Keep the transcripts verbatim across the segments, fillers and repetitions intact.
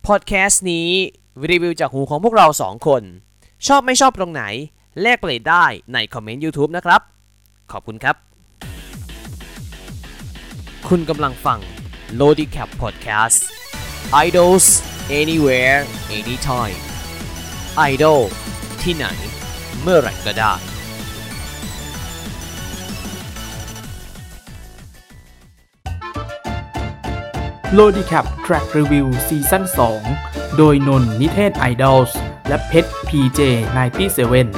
พอดแคสต์นี้รีวิวจากหูของพวกเราสองคนชอบไม่ชอบตรงไหนแลกเปลี่ยนได้ในคอมเมนต์ YouTube นะครับขอบคุณครับคุณกำลังฟัง Lodicap Podcast Idols Anywhere Anytime Idol ที่ไหนเมื่อไหร่ก็ได้โลดีแคป Track Review ซีซั่นสองโดยนนท์นิเทศ Idols และเพชร พี เจ เก้าสิบเจ็ด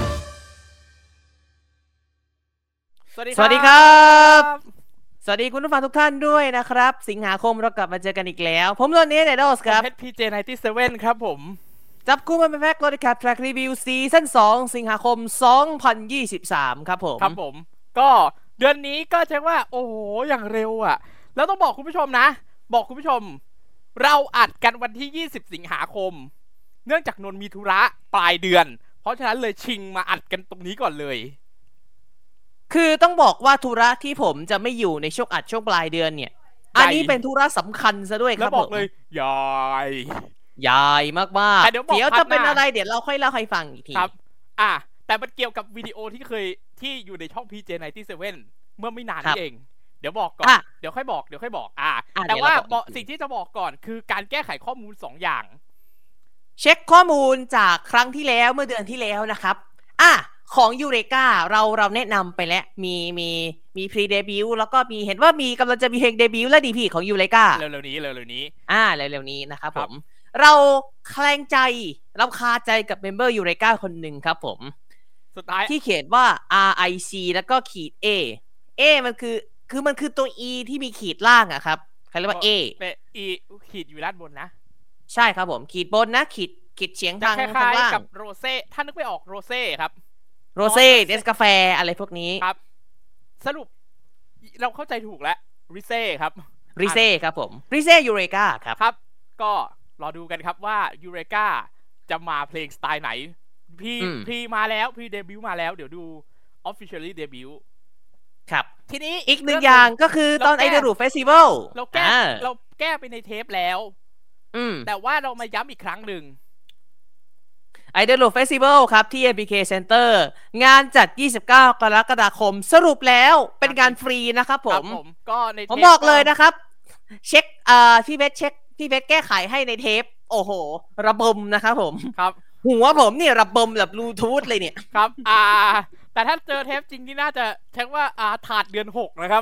สวัสดีสวัสดีครับสวัสดีคุณผู้ฟังทุกท่านด้วยนะครับสิงหาคมเรากลับมาเจอกันอีกแล้วผมนนท์นิเทศ Idols ครับเพชร พี เจ เก้าสิบเจ็ด ครับผมจับคู่มาเป็นแพ็ค Lodicap Track Review ซีซั่นสองสิงหาคมสองพันยี่สิบสามครับผมครับผมก็เดือนนี้ก็ใช่ว่าโอ้โหอย่างเร็วอ่ะแล้วต้องบอกคุณผู้ชมนะบอกคุณผู้ชมเราอัดกันวันที่ยี่สิบสิงหาคมเนื่องจากนนมีธุระปลายเดือนเพราะฉะนั้นเลยชิงมาอัดกันตรงนี้ก่อนเลยคือต้องบอกว่าธุระที่ผมจะไม่อยู่ในช่วงอัดช่วงปลายเดือนเนี่ยอันนี้เป็นธุระสำคัญซะด้วยครับผมแล้วบอกเลยยายยายมากๆเดี๋ยวเดี๋ยวจะเป็นอะไรเดี๋ยวเราค่อยเล่าให้ฟังอีกทีครับอ่ะแต่มันเกี่ยวกับวิดีโอที่เคยที่อยู่ในช่อง พี เจ เก้าสิบเจ็ด เมื่อไม่นานนี้เองเดี๋ยวบอกก่อนเดี๋ยวค่อยบอกเดี๋ยวค่อยบอกอ่าแต่ว่าสิ่งที่จะบอกก่อนคือการแก้ไขข้อมูลสองอย่างเช็คข้อมูลจากครั้งที่แล้วเมื่อเดือนที่แล้วนะครับอ่ะของยูเรกาเราเราแนะนำไปแล้วมีมีมีพรีเดบิวต์แล้วก็มีเห็นว่ามีกำลังจะมีเพลงเดบิวต์และดีพีของยูเรกาเร็วๆนี้เร็วๆนี้อ่าเร็วๆนี้นะครับผมเราแคลงใจเราคาใจกับเมมเบอร์ยูเรกาคนหนึ่งครับผมสุดท้ายที่เขียนว่า อาร์ ไอ ซี แล้วก็ขีด A A มันคือคือมันคือตัว E ที่มีขีดล่างอะครับเขาเรียกว่า A เป็น E ขีดอยู่ด้านบนนะใช่ครับผมขีดบนนะขีดขีดเฉียงทางข้างล่างกับโรเซ่ถ้านึกไม่ออกโรเซ่ครับโรเซ่เนสกาแฟอะไรพวกนี้ครับสรุปเราเข้าใจถูกแล้วริเซ่ครับริเซ่ครับผมริเซ่ยูเรกาครับครับก็รอดูกันครับว่ายูเรกาจะมาเพลงสไตล์ไหนพีพีมาแล้วพีเดบิวต์มาแล้วเดี๋ยวดู officially debutครับทีนี้อีกหนึ่งอย่างก็คือตอนไอเดรูเฟสติวัลเราแก้เราแก้ไปในเทปแล้วแต่ว่าเรามาย้ำอีกครั้งหนึ่งไอเดรูเฟสติวัลครับที่ เอ็ม พี เค Center งานจัดยี่สิบเก้ากรกฎาคมสรุปแล้วเป็นงานฟรีนะครับผมก็ในผมบอกเลยนะครับเช็คเอ่อพี่เบสเช็คพี่เบสแก้ไขให้ในเทปโอ้โหระบมนะครับผมครับหัวผมนี่ระบมแบบบลูทูธเลยเนี่ยครับอ่าแต่ถ้าเจอเทปจริงที่น่าจะเช็คว่าอ่าถาดเดือนหกนะครับ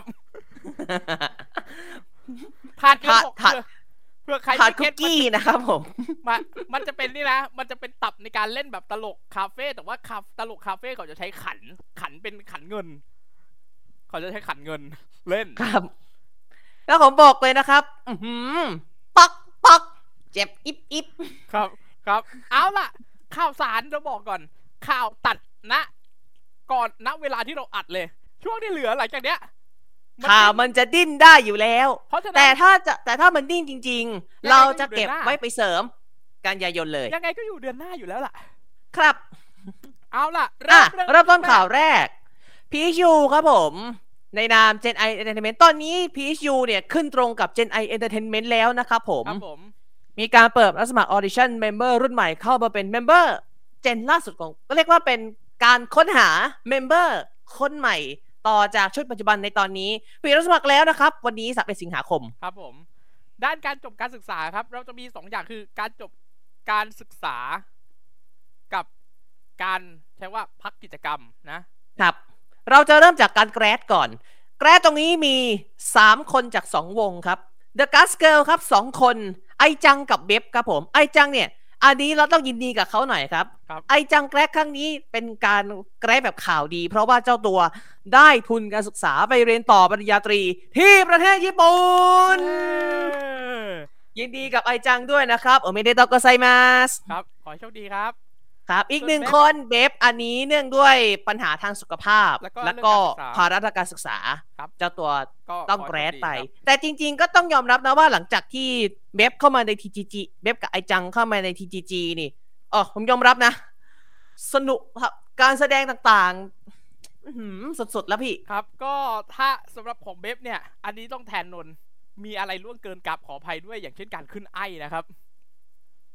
ถาดเดือนหกเพื่อใครถาดคุกกี้นะครับผมมันมันจะเป็นนี่นะมันจะเป็นตับในการเล่นแบบตลกคาเฟ่แต่ว่าคาตลกคาเฟ่เขาจะใช้ขันขันเป็นขันเงินเขาจะใช้ขันเงินเล่นครับแล้วผมบอกเลยนะครับอือหือปักปักเจ็บอิบอิบครับครับเอาล่ะข่าวสารเราบอกก่อนข่าวตัดนะก่อนณเวลาที่เราอัดเลยช่วงที่เหลือหลังจากเนี้ยข่าวมันจะดิ้นได้อยู่แล้วแต่ถ้าจะแต่ถ้ามันดิ้นจริงๆเราจะเก็บไว้ไปเสริมกันยายนเลยยังไงก็อยู่เดือนหน้าอยู่แล้วล่ะครับเอาล่ะเริ่มเริ่มต้นข่าวแรก พี เอช ยู ครับผมในนาม Gen I Entertainment ตอนนี้ พี เอช ยู เนี่ยขึ้นตรงกับ Gen I Entertainment แล้วนะครับผมมีการเปิดรับสมัคร Audition Member รุ่นใหม่เข้ามาเป็น Member Gen ล่าสุดของก็เรียกว่าเป็นการค้นหา Member คนใหม่ต่อจากชุดปัจจุบันในตอนนี้ปิดรับสมัครแล้วนะครับวันนี้สามสิบเอ็ดสิงหาคมครับผมด้านการจบการศึกษาครับเราจะมีสองอย่างคือการจบการศึกษากับการใช้ว่าพักกิจกรรมนะครับเราจะเริ่มจากการแกรดก่อนแกรดตรงนี้มีสามคนจากสองวงครับ The Gas Girl ครับสองคนไอจังกับเบบครับผมไอจังเนี่ยอันนี้เราต้องยินดีกับเขาหน่อยครับไอจังแกรกครั้งนี้เป็นการแกรกแบบข่าวดีเพราะว่าเจ้าตัวได้ทุนการศึกษาไปเรียนต่อปริญญาตรีที่ประเทศญี่ปุ่นยินดีกับไอจังด้วยนะครับโอเมเดโตะโกไซมัสครับขอโชคดีครับครับอีกหนึ่งคนเบฟอันนี้เนื่องด้วยปัญหาทางสุขภาพแล้วก็ภาระทางการศึกษาเจ้าตัวต้องแกรดไปแต่จริงๆก็ต้องยอมรับนะว่าหลังจากที่เบฟเข้ามาใน ที จี จี เบฟกับไอจังเข้ามาใน ที จี จี นี่อ๋อผมยอมรับนะสนุกครับการแสดงต่างๆสดๆแล้วพี่ครับก็ถ้าสำหรับของเบฟเนี่ยอันนี้ต้องแทนนนมีอะไรล่วงเกินกับขออภัยด้วยอย่างเช่นการขึ้นไอนะครับ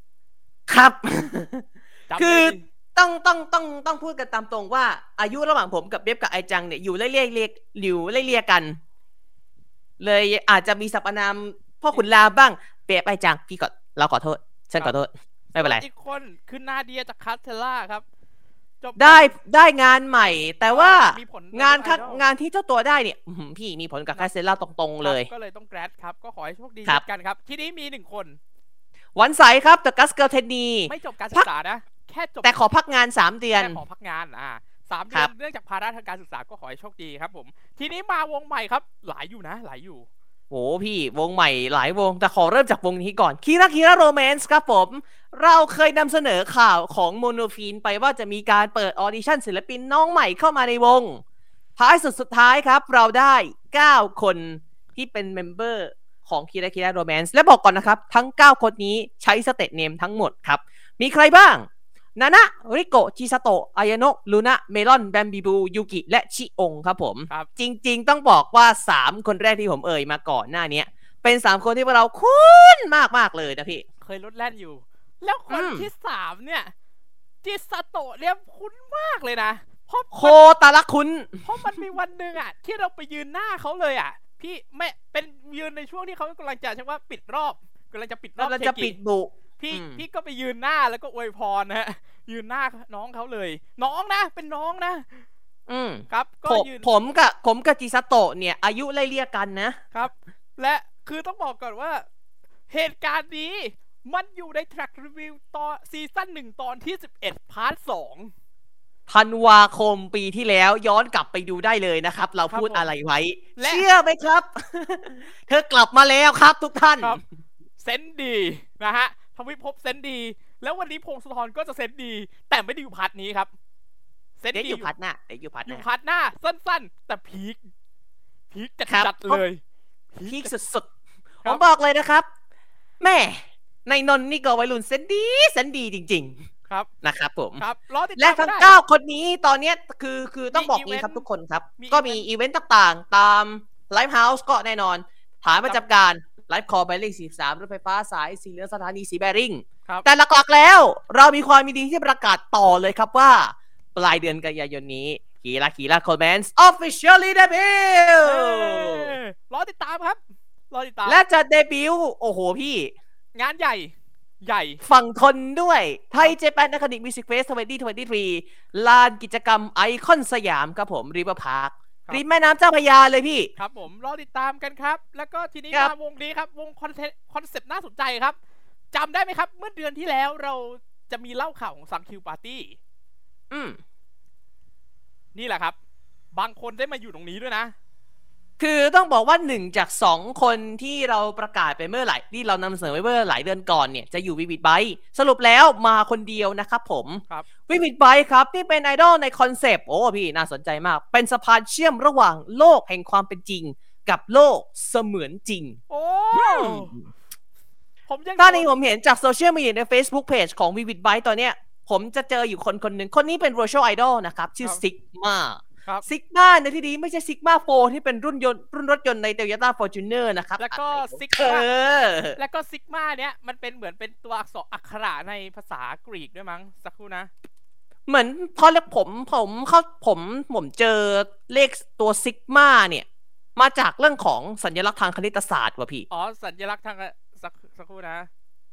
ครับจำคือได้ดิต้องต้องต้องต้องพูดกันตามตรงว่าอายุระหว่างผมกับเบบกับไอจังเนี่ยอยู่ไล่เรียกเรียกอยู่ไล่เรียกกัน เลยอาจจะมีสรรพนามพ่อขุนรามบ้างเบบไอจังพี่ก็เราขอโทษฉันขอโทษไม่เป็นไรอีกคนคือนาเดียจากคาสเทล่าครับจบได้ได้งานใหม่ แต่ว่ามีผลงานข้างไอดอลงานที่เจ้าตัวได้เนี่ยอื้อหือพี่มีผลกับคาเซล่าตรงๆเลยครับก็เลยต้องแกรดครับก็ขอให้โชคดีครับกันครับทีนี้มีหนึ่งคนวันใสครับแต่กัสเกิลเทนนีไม่จบการศึพักกษานะแค่จบแต่ขอพักงานสามเดือนแค่ขอพักงานอ่าสามเดืครัอนบเนื่องจากภาระทางการศึกษาก็ขอให้โชคดีครับผมทีนี้มาวงใหม่ครับหลายอยู่นะหลายอยู่โหพี่วงใหม่หลายวงแต่ขอเริ่มจากวงนี้ก่อนคีราคีราโรแมนส์ครับผม เราเคยนำเสนอข่าวของโมโนฟีนไปว่าจะมีการเปิดออดิชั่นศิลปินน้องใหม่เข้ามาในวง ท้ายสุดสุดท้ายครับ เราได้เก้าคนที่เป็นเมมเบอร์ของคีราคีราโรแมนส์และบอกก่อนนะครับ ทั้งเก้าคนนี้ใช้สเตตเนมทั้งหมดครับ มีใครบ้างนานะริโกะจิซาโตะอายาโนะลูนะเมลอนแบมบิบูยูกิและชิองครับผมครับจริงๆต้องบอกว่าสามคนแรกที่ผมเอ่ยมาก่อนหน้านี้เป็นสามคนที่พวกเราคุ้นมากๆเลยนะพี่เคยลดแล่นอยู่ แล้วคนอืมที่สามเนี่ยจิสโตะเนี่ยคุ้นมากเลยนะเพราะโคตาละคุณเพราะมันมีวันหนึ่งอ่ะ ที่เราไปยืนหน้าเขาเลยอ่ะ พี่ไม่เป็นยืนในช่วงที่เขากำลังจะใช่ว่าปิดรอบกำลังจะปิดรอบเราเทจะกิปิดบุพี่อืมพี่ก็ไปยืนหน้าแล้วก็อวยพรนะฮะยืนหน้าน้องเขาเลย น้องนะ เป็นน้องนะอืมครับ ก็ผมยืนผมกับผมกับจิซาโตะเนี่ย อายุไล่เลี่ยกันนะครับและคือต้องบอกก่อนว่า เหตุการณ์นี้มันอยู่ในแทร็กรีวิวตอนซีซั่นหนึ่งตอนที่สิบเอ็ดพาร์ทสองธันวาคมปีที่แล้วย้อนกลับไปดูได้เลยนะครับ เราพูดอะไรไว้และเชื่อไหมครับ เธอกลับมาแล้วครับทุกท่านครับ เซนส์ดีนะฮะทวิภพเซนส์ดี แล้ววันนี้พงศธรก็จะเซนส์ดี แต่ไม่ได้อยู่พาร์ทนี้ครับ เซนส์เด็กดีอยู่พัดหน้าเด็กอยู่พัดหอยู่น้าพาร์ทหน้าสั้นๆ แต่พีคพีคจัดครับจัดเลยพีคสุดๆคผรับมบอกเลยนะครับ แม่ในนนท์นี่ก็วัยรุ่นเซนดีเซนดีจริงครับๆ นะครับผมครับรอติดและตามทั้งได้เก้าคนนี้ตอนเนี้ยคือคือต้องมีบอกอีเวนต์นี้ครับทุกคนครับมีก็อีเวนต์มีอีเวนต์ต่างๆ ตามไลฟ์เฮาส์ก็แน่นอน ฐานประจำการไลฟ์คอร์ไปเลขสี่สามรถไฟฟ้าสายสีเหลืองสถานีสีแบริ่งครับแต่หลักๆแล้ว เรามีความยินดีที่ประกาศต่อเลยครับว่า ปลายเดือนกันยายนนี้กีฬากีฬาคอมเมนต์ officially เอ้ debut ยรอติดตามครับ รอติดตามและจะเดบิวต์โอ้โหพี่งานใหญ่ ใหญ่ฝั่งทนด้วยไทยเจแปนอะคาเดมิกมิวสิกเฟสสองพันยี่สิบสามลานกิจกรรมไอคอนสยามครับผมริเวอร์พาร์คครับริมแม่น้ำเจ้าพระยาเลยพี่ครับผมรอติดตามกันครับ แล้วก็ทีนี้ครับมาวงนี้ครับ วงคอนเทคอนเซปต์น่าสนใจครับจำได้ไหมครับ เมื่อเดือนที่แล้วเราจะมีเล่าข่าวของซังคิวปาร์ตี้อืมนี่แหละครับ บางคนได้มาอยู่ตรงนี้ด้วยนะคือต้องบอกว่าหนึ่งจากสองคนที่เราประกาศไปเมื่อหลายที่เรานำเสนอไว้เมื่อหลายเดือนก่อนเนี่ยจะอยู่วิวิดไบสรุปแล้วมาคนเดียวนะครับผมครับวิวิดไบครับที่เป็นไอดอลในคอนเซปต์โอ้พี่น่าสนใจมาก เป็นสะพานเชื่อมระหว่างโลกแห่งความเป็นจริง กับโลกเสมือนจริงโอ้ ผมยังตอนนี้ผมเห็นจากโซเชียลมีเดียใน Facebook Page ของ Vivid Byte ตอนเนี้ยผมจะเจออยู่คนคนหนึ่งคนนี้เป็น Virtual Idol นะครับ ชื่อ Sigma ครับ Sigma ในที่นี้ไม่ใช่ Sigma โฟร์ที่เป็นรุ่นยนต์รุ่นรถยนต์ใน Toyota Fortuner นะครับแล้วก็อะไรของ Sigma เออแล้วก็ซิกมาเนี้ยมันเป็นเหมือนเป็นตัวอักษรอักขระในภาษากรีกด้วยมั้งสักครู่นะเหมือนพอแล้วผมผมเขาผมผมเจอเลขตัว Sigma เนี่ยมาจากเรื่องของสัญลักษณ์ทางคณิตศาสตร์ว่ะพี่อ๋อ สัญลักษณ์ทางสักสักครู่นะ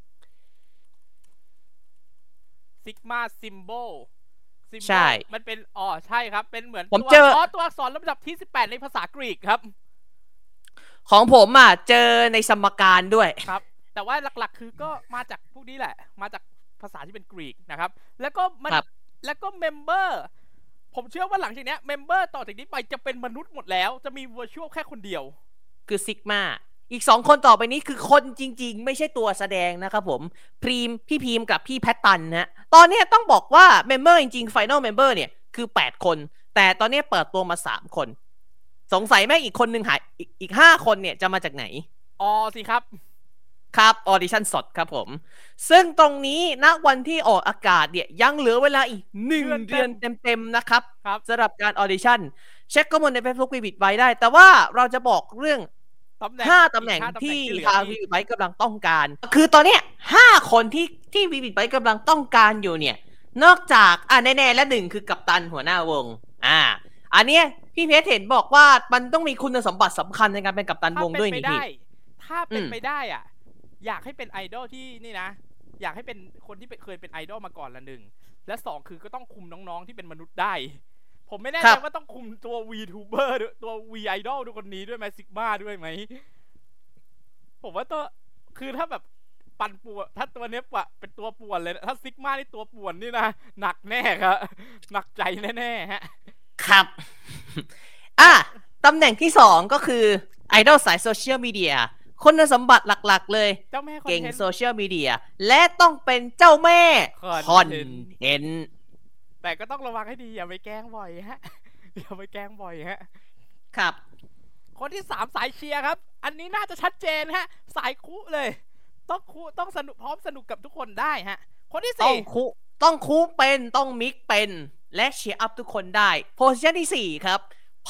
ซิกมาซิมโบลใช่มันเป็นอ๋อใช่ครับ เป็นเหมือนผมตัวเจออ๋อตัวอักษรลำดับที่สิบแปดในภาษากรีกครับของผมอ่ะเจอในสมการด้วยครับ แต่ว่าหลักๆ คือก็มาจากพวกนี้แหละ มาจากภาษาที่เป็นกรีกนะครับ แล้วก็มันครับแล้วก็เมมเบอร์ ผมเชื่อว่าหลังจากเนี้ยเมมเบอร์ต่อจากนี้ไปจะเป็นมนุษย์หมดแล้ว จะมีว i ร์ชวลแค่คนเดียวคือซิกมาอีกสองคนต่อไปนี้คือคนจริงๆ ไม่ใช่ตัวแสดงนะครับผมพรีมพี่พีมกับพี่แพตตันนะตอนนี้ต้องบอกว่าเมมเบอร์จริงๆ Final Member เนี่ยคือแปดคน แต่ตอนนี้เปิดตัวมาสามคน สงสัยแม่งอีกคนหนึ่งหายอีกอีกห้าคนเนี่ยจะมาจากไหนอ๋อสิครับครับออดิชั่นสดครับผม ซึ่งตรงนี้ณวันที่ออกอากาศเนี่ยยังเหลือเวลาอีกหนึ่งเดืเดืออน นเต็มเต็มๆนะครับครับสำหรับการออดิชั่นเช็คข้อมูลใน Facebook วิบิดไว้ได้ แต่ว่าเราจะบอกเรื่องตำแหน่งห้าตำแหน่งอีกห้าตำแหน่งที่ที่เหลือทางนี่วีบิทไบต์กำลังต้องการ คือตอนเนี้ยห้าคนที่ที่วีบิทไบต์กำลังต้องการอยู่เนี่ย นอกจากอ่ะแน่ๆและหนึ่งคือกัปตันหัวหน้าวง อ่า อันเนี้ยพี่เพชรเห็นบอกว่ามันต้องมีคุณสมบัติสำคัญในการเป็นกัปตันวงด้วยนี่พี่ถ้าเป็นอืมไปได้อ่ะ อยากให้เป็นไอดอลที่นี่นะ อยากให้เป็นคนที่เคยเป็นไอดอลมาก่อนละหนึ่งและสองคือก็ต้องคุมน้องๆที่เป็นมนุษย์ได้ ผมไม่แน่ครัใจบว่าต้องคุมตัว VTuber ด้วยตัว V Idol ด้วยคนนี้ด้วยไหมซิกมาด้วยไหมผมว่าตัวคือถ้าแบบปั่นป่วนถ้าตัวเนี้ยปะเป็นตัวป่วนเลยนะถ้าซิกมานี่ตัวป่วนนี่นะหนักแน่ครับหนักใจแน่ๆฮะครับ อ่ะตำแหน่งที่สองก็คือไอดอลสายโซเชียลมีเดียคุณสมบัติหลักๆเลยเจ้าแม่คอนเก่งเทนต์โซเชียลมีเดียและต้องเป็นเจ้าแม่คอนเทนต์แต่ก็ต้องระวังให้ดีอย่าไปแกล้งบ่อยฮะ อย่าไปแกล้งบ่อยฮะครับคนที่สามสายเชียร์ครับ อันนี้น่าจะชัดเจนฮะ สายคุเลย ต้องคุต้องสนุกพร้อมสนุกกับทุกคนได้ฮะ คนที่ต้อสี่งคุต้องคุเป็นต้องมิกเป็นและเชียร์อัพทุกคนได้โพสิชันที่สี่ครับ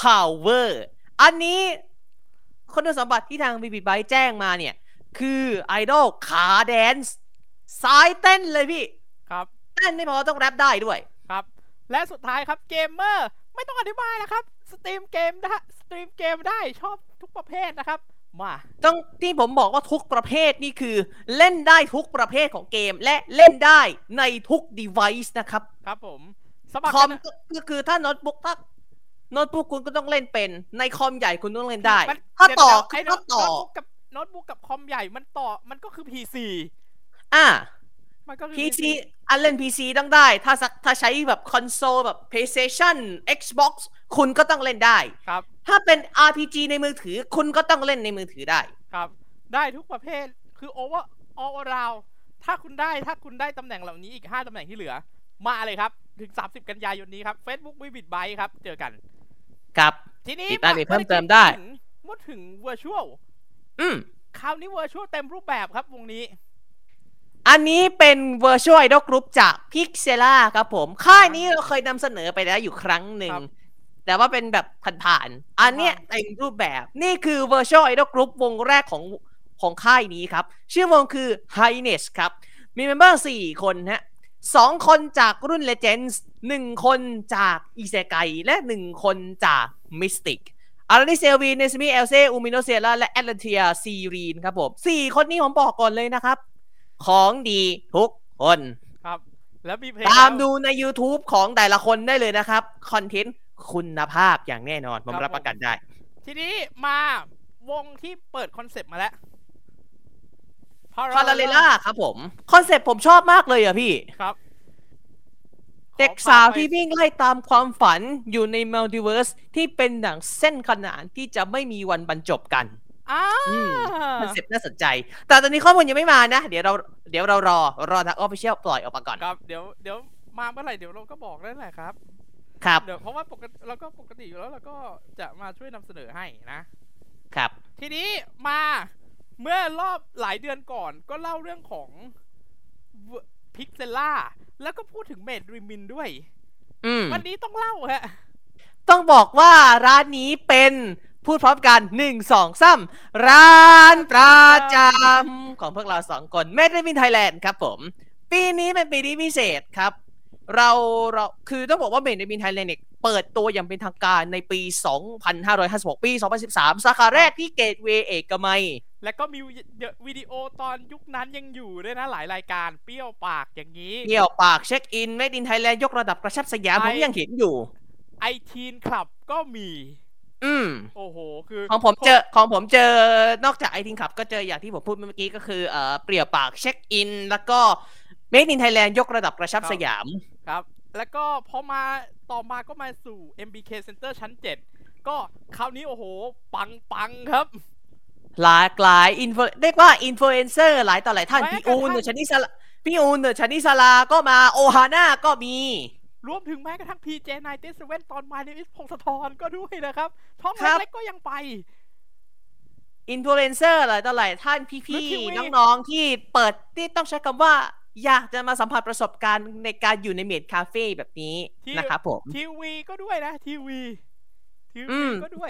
power อันนี้คุณสมบัติที่ทาง วี บี Byte แจ้งมาเนี่ย คือไอดอลขาแดนซ์สายเต้นเลยพี่ครับเต้นไม่พอต้องแรปได้ด้วยครับ และสุดท้ายครับเกมเมอร์ไม่ต้องอธิบายนะครับ สตรีมเกมได้สตรีมเกมได้ชอบทุกประเภทนะครับ มาต้องที่ผมบอกว่าทุกประเภทนี่คือเล่นได้ทุกประเภทของเกมและเล่นได้ในทุก device นะครับครับผมสมัครคอกัมนนะก็คือถ้าโน้ตบุ๊กถ้าโน้ตบุ๊กคุณก็ต้องเล่นเป็นในคอมใหญ่คุณต้องเล่นได้มันถ้าต่อเดี๋ยวๆไอ้โน้ถ้าตต่อโน้ตบุ๊กกับโน้ตบุ๊กกับคอมใหญ่มันต่อมันก็คือ พี ซีอ่ะมันก็คือพี ซี อันเล่น พี ซี ต้องได้ ถ้าสักถ้าใช้แบบคอนโซลแบบ PlayStation Xbox คุณก็ต้องเล่นได้ครับถ้าเป็น อาร์ พี จี ในมือถือคุณก็ต้องเล่นในมือถือได้ครับ ได้ทุกประเภทคือ over all around ถ้าคุณได้ถ้าคุณได้ตำแหน่งเหล่านี้อีกห้าตำแหน่งที่เหลือ มาเลยครับ ถึงสามสิบกันยายนนี้ครับ Facebook วีบิทไบต์ครับ เจอกันครับทีนี้ติดตามเพิ่มเติมได้เมื่อถึง virtual อืมคราวนี้ virtual เต็มรูปแบบครับวงนี้อันนี้เป็น Virtual Idol Group จาก Pixela ครับผม ค่ายนี้เราเคยนำเสนอไปแล้วอยู่ครั้งหนึ่งครับแต่ว่าเป็นแบบผ่านๆ อันเนี้ยเต็มรูปแบบ นี่คือ Virtual Idol Group วงแรกของของค่ายนี้ครับ ชื่อวงคือ Highness ครับ มีเมมเบอร์สี่คนฮะสองคนจากรุ่น Legends หนึ่งคนจาก Isekai และหนึ่งคนจาก Mystic อารานิเซลวีเนสมิเอลเซอูมิโนเซล่าและแอตแลนเทียซีรีนครับผมสี่คนนี้ผมบอกก่อนเลยนะครับ ของดีทุกคนครับ แล้วมีเพลงตามแล้วดูใน YouTube ของแต่ละคนได้เลยนะครับ คอนเทนต์คุณภาพอย่างแน่นอน ผมครับรับประกันได้ทีนี้มาวงที่เปิดคอนเซปต์มาแล้วพาราเลล่าครับผม คอนเซ็ปต์ผมชอบมากเลยอ่ะพี่ครับเด็กสาวที่วิ่งไล่ตามความฝันอยู่ในมัลติเวิร์สที่เป็นหนังเส้นขนานที่จะไม่มีวันบรรจบกันอ่าคอนเซ็ปต์น่าสนใจ แต่ตอนนี้ข้อมูลยังไม่มานะ เดี๋ยวเราเดี๋ยวเรารอรอทางออฟฟิเชียลปล่อยออกมาก่อนครับเดี๋ยวเดี๋ยวมาเมื่อไหร่เดี๋ยวเราก็บอกได้แหละครับครับเดี๋ยวเพราะว่าปกติเราก็ปกติอยู่แล้วเราก็จะมาช่วยนำเสนอให้นะครับทีนี้มาเมื่อรอบหลายเดือนก่อนก็เล่าเรื่องของพิกเซล่าแล้วก็พูดถึงเมดริมินด้วยอืมวันนี้ต้องเล่าฮะต้องบอกว่าร้านนี้เป็นพูดพร้อมกันหนึ่งสองสามร้านประจำของพวกเราสองคนเมดวินไทยแลนด์ครับผม ปีนี้เป็นปีที่พิเศษครับ เราเราคือต้องบอกว่าเมดวินไทยแลนด์เนี่ยเปิดตัวอย่างเป็นทางการในปี สองพันห้าร้อยห้าสิบหก ปี สองพันสิบสาม สาขาแรกที่เกตเวย์เอกมัยแล้วก็มีวิดีโอตอนยุคนั้นยังอยู่ด้วยนะหลายรายการเปรี้ยวปากอย่างนี้เที่ยวปากเช็คอินเมดอินไทยแลนด์ยกระดับกระชับสยามไอผมยังเห็นอยู่ไอทีนคลับก็มีอืมโอ้โหคือของผมเจอของผมเจอนอกจากไอทิงขับก็เจออย่างที่ผมพูดเมื่อกี้ก็คือเอ่อเปรียวปากเช็คอิน แล้วก็เมดอินไทยแลนด์ยกระดับกระชับสยามครับ แล้วก็พอมาต่อมาก็มาสู่ เอ็ม บี เค Center ชั้นเจ็ดก็คราวนี้โอ้โห ปังปังครับหลากหลายอินฟเรียกว่าอินฟลูเอนเซอร์หลายต่อหลายท่านแม้พี่กระทั่อูงนเดอะชนิสลาพี่อูนเดอะชนิสลาก็มาโอฮาน่าก็มีรวมถึงแม้กระทั่ง พี เจ ไนน์ตี้เซเว่น ตอน My Name is พงศธรก็ด้วยนะครับท้องครับเล็กๆก็ยังไปอินฟลูเอนเซอร์หลายต่อหลายท่านหรือพี่ทีวีๆน้องๆที่เปิดที่ต้องใช้คำว่า อยากจะมาสัมผัสประสบการณ์ในการอยู่ในเมดคาเฟ่แบบนี้นะครับผมทีวีก็ด้วยนะทีวีทีอืวีมก็ด้วย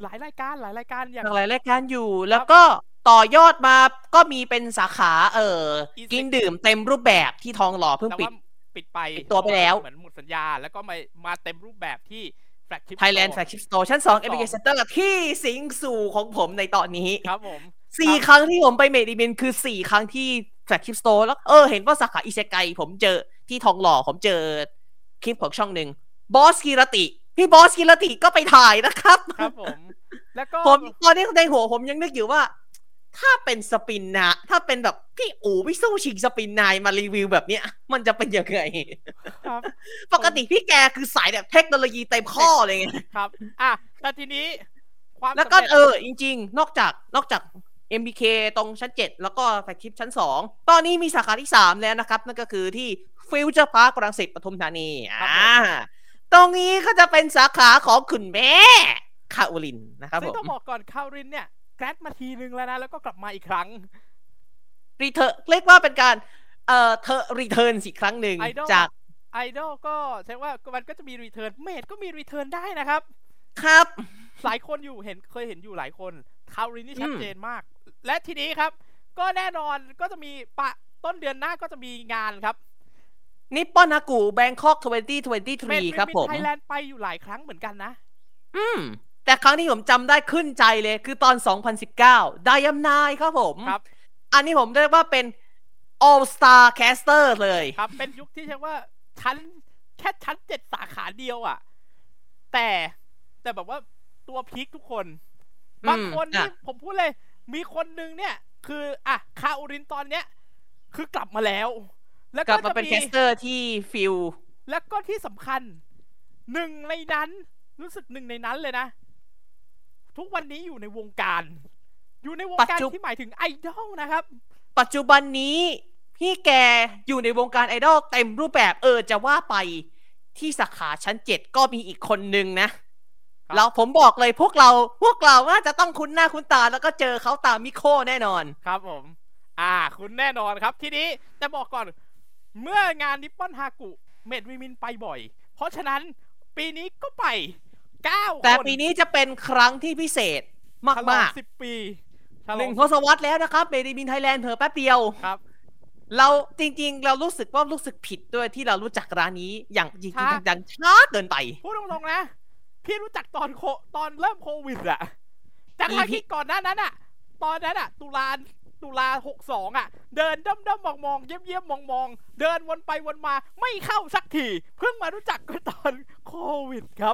หลายรายการหลายรายการอย่างหลายรายการอยู่แล้วก็ต่อยอดมาก็มีเป็นสาขาเอ่อกินดื่มเต็มรูปแบบที่ทองหล่อเพิ่งปิดปิดไปตัวไปแล้วเหมือนหมดสัญญาแล้วก็มามาเต็มรูปแบบที่แฟลกชิพ Thailand Flagship Store ชั้นสอง เอ็ม บี เค Center ที่สิงสู่ของผมในตอนนี้ครับผมสี่ครั้งที่ผมไปเมดอีเวนต์คือสี่ครั้งที่ Flagship Store แล้วเออเห็นว่าสาขาอิเซไกผมเจอที่ทองหล่อผมเจอคลิปของช่องหนึ่งบอสกิรติพี่บอสกิรติก็ไปถ่ายนะครับครับผมแล้วก็ผมตอนนี้ในหัวผมยังนึกอยู่ว่าถ้าเป็นสปินนะถ้าเป็นแบบพี่อู๋พี่สู้ชิงสปินนายมารีวิวแบบเนี้ยมันจะเป็นยังไงครับปกติพี่แกคือสายแบบเทคโนโลยีเต็มข้อเลยไงครับอ่ะแต่ทีนี้ความแล้วก็เออจริงๆนอกจากนอกจาก เอ็ม บี เค ตรงชั้นเจ็ดแล้วก็แฟลกชิพชั้นสองตอนนี้มีสาขาที่สามแล้วนะครับนั่นก็คือที่ฟิวเจอร์พาร์ครังสิตปทุมธานีอ่าตรงนี้ก็จะเป็นสาขาของคุณแม่คาโอลินนะครับผมซึ่งต้องบอกก่อนคาโอลินเนี่ยแกรดมาทีนึงแล้วนะแล้วก็กลับมาอีกครั้งรีเทิร์นเรียกว่าเป็นการเอ่อเธอรีเทิร์นอีกครั้งหนึ่งจากไอดอลก็ใช่ว่ามันก็จะมีรีเทิร์นเมดก็มีรีเทิร์นได้นะครับครับหลายคนอยู่เห็นเคยเห็นอยู่หลายคนคาโอลินนี่ชัดเจนมากและทีนี้ครับก็แน่นอนก็จะมีปะต้นเดือนหน้าก็จะมีงานครับนิปปอนฮากุแบงคอกยี่สิบยี่สิบสามครับผมไทยแลนด์ไปอยู่หลายครั้งเหมือนกันนะอืมแต่ครั้งที่ผมจำได้ขึ้นใจเลยคือตอนสองพันสิบเก้า Diamond ครับผมครับอันนี้ผมเรียกว่าเป็น All Star Caster เลยครับเป็นยุคที่ใช่ว่าชั้นแค่ชั้นเจ็ดสาขาเดียวอ่ะแต่แต่แบบว่าตัวพีคทุกคนบางคนที่ผมพูดเลยมีคนนึงเนี่ยคืออ่ะคาโอรินตอนเนี้ยคือกลับมาแล้วแล้วก็จะเป็นแคสเตอร์ที่ฟิลแล้วก็ที่สำคัญหนึ่งในนั้นรู้สึกหนึ่งในนั้นเลยนะทุกวันนี้อยู่ในวงการอยู่ในวงการที่หมายถึงไอดอลนะครับปัจจุบันนี้พี่แกอยู่ในวงการไอดอลเต็มรูปแบบเออจะว่าไปที่สาขาชั้นเจ็ดก็มีอีกคนนึงนะเราผมบอกเลยพวกเราพวกเราน่าจะต้องคุ้นหน้าคุ้นตาแล้วก็เจอเขาตามมิโคแน่นอนครับผมอ่าคุณแน่นอนครับทีนี้แต่บอกก่อนเมื่องานนิปปอนฮากุเมดวิมินไปบ่อยเพราะฉะนั้นปีนี้ก็ไปเก้าคนแต่ปีนี้จะเป็นครั้งที่พิเศษมากๆสิบปีหนึ่งทศวรรษแล้วนะครับเมดวิมินไทยแลนด์เพิ่มแป๊บเดียวครับเราจริงๆเรารู้สึกว่ารู้สึกผิดด้วยที่เรารู้จักร้านนี้อย่างจริงๆดังช้าเกินไปพูดตรงๆนะพี่รู้จักตอนโคตอนเริ่มโควิดอะจากที่ก่อนหน้านั้นอะตอนนั้นอะตุลาตุลาหกสองอะเดินด้อมๆมองๆเยี่ยมๆมองๆเดินวนไปวนมาไม่เข้าสักทีเพิ่งมารู้จักก็ตอนโควิดครับ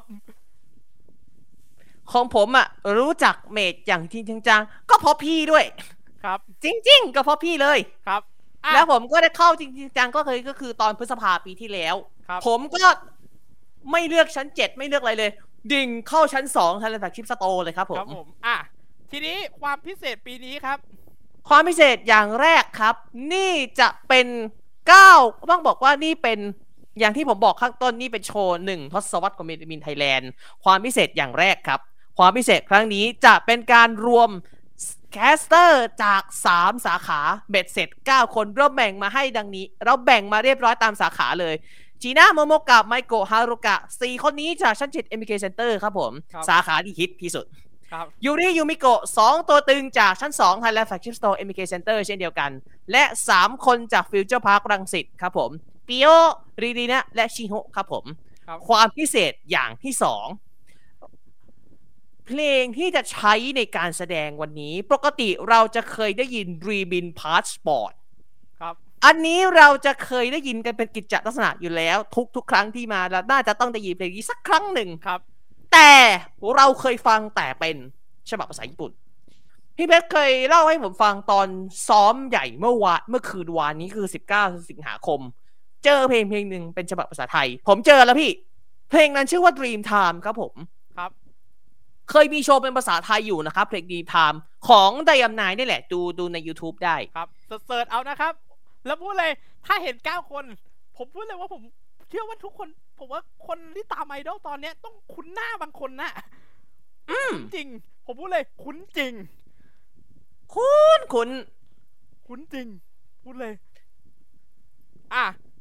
ของผมอะรู้จักเมดอย่างจริงจังก็เพราะพี่ด้วยครับจริงๆก็เพราะพี่เลยครับแล้วผมก็ได้เข้าจริงจังก็เคยก็คือตอนพฤษภาปีที่แล้วผมก็ไม่เลือกชั้นเจ็ดไม่เลือกอะไรเลยดิ่งเข้าชั้นสองทันแลนด์ชิปสโตร์เลยครับผมครับผมอ่ะทีนี้ความพิเศษปีนี้ครับความพิเศษอย่างแรกครับนี่จะเป็นเก้าต้องบอกว่านี่เป็นอย่างที่ผมบอกข้างต้นนี่เป็นโชว์หนึ่งทศวรรษของเมดวินไทยแลนด์ความพิเศษอย่างแรกครับความพิเศษครั้งนี้จะเป็นการรวมแคสเตอร์จากสามสาขาเบ็ดเสร็จเก้าคนเราแบ่งมาให้ดังนี้เราแบ่งมาเรียบร้อยตามสาขาเลยจีน่าโมโมกะไมโกะฮารุกะสี่คนนี้จากชั้นเจ็ด เอ็ม บี เค Center ครับผมสาขาที่ฮิตที่สุดยูริยูมิโกะสองตัวตึงจากชั้นสอง Thailand Flagship Store เอ็ม บี เค Center เช่นเดียวกันและสามคนจาก Future Park รังสิตครับผมปิโอรีรีนะและชิโฮะครับผมความพิเศษอย่างที่สองเพลงที่จะใช้ในการแสดงวันนี้ปกติเราจะเคยได้ยิน Dreamin Passport ครับอันนี้เราจะเคยได้ยินกันเป็นกิจลักษณะอยู่แล้วทุกๆครั้งที่มาเราน่าจะต้องได้ยินเพลงนี้สักครั้งหนึ่งครับแต่เราเคยฟังแต่เป็นฉบับภาษาญี่ปุ่นพี่เพชรเคยเล่าให้ผมฟังตอนซ้อมใหญ่เมื่อวานเมื่อคืนวานนี้คือสิบเก้าสิงหาคมเจอเพลงเพลงหนึ่งเป็นฉบับภาษาไทยผมเจอแล้วพี่เพลงนั้นชื่อว่า Dream Time ครับผมครับเคยมีโชว์เป็นภาษาไทยอยู่นะครับเพลง Dream Time ของไดอัมไนน์นี่แหละดูดูใน YouTube ได้ครับเสิร์ชเอานะครับแล้วพูดเลยถ้าเห็นเก้าคนผมพูดเลยว่าผมเชื่อว่าทุกคนผมว่าคนที่ตามไอดอลตอนนี้ต้องคุ้นหน้าบางคนนะอืมจริงผมพูดเลยคุ้นจริงคุ้นคุ้นคุ้นจริงพูดเลยอ่ะอ่ะ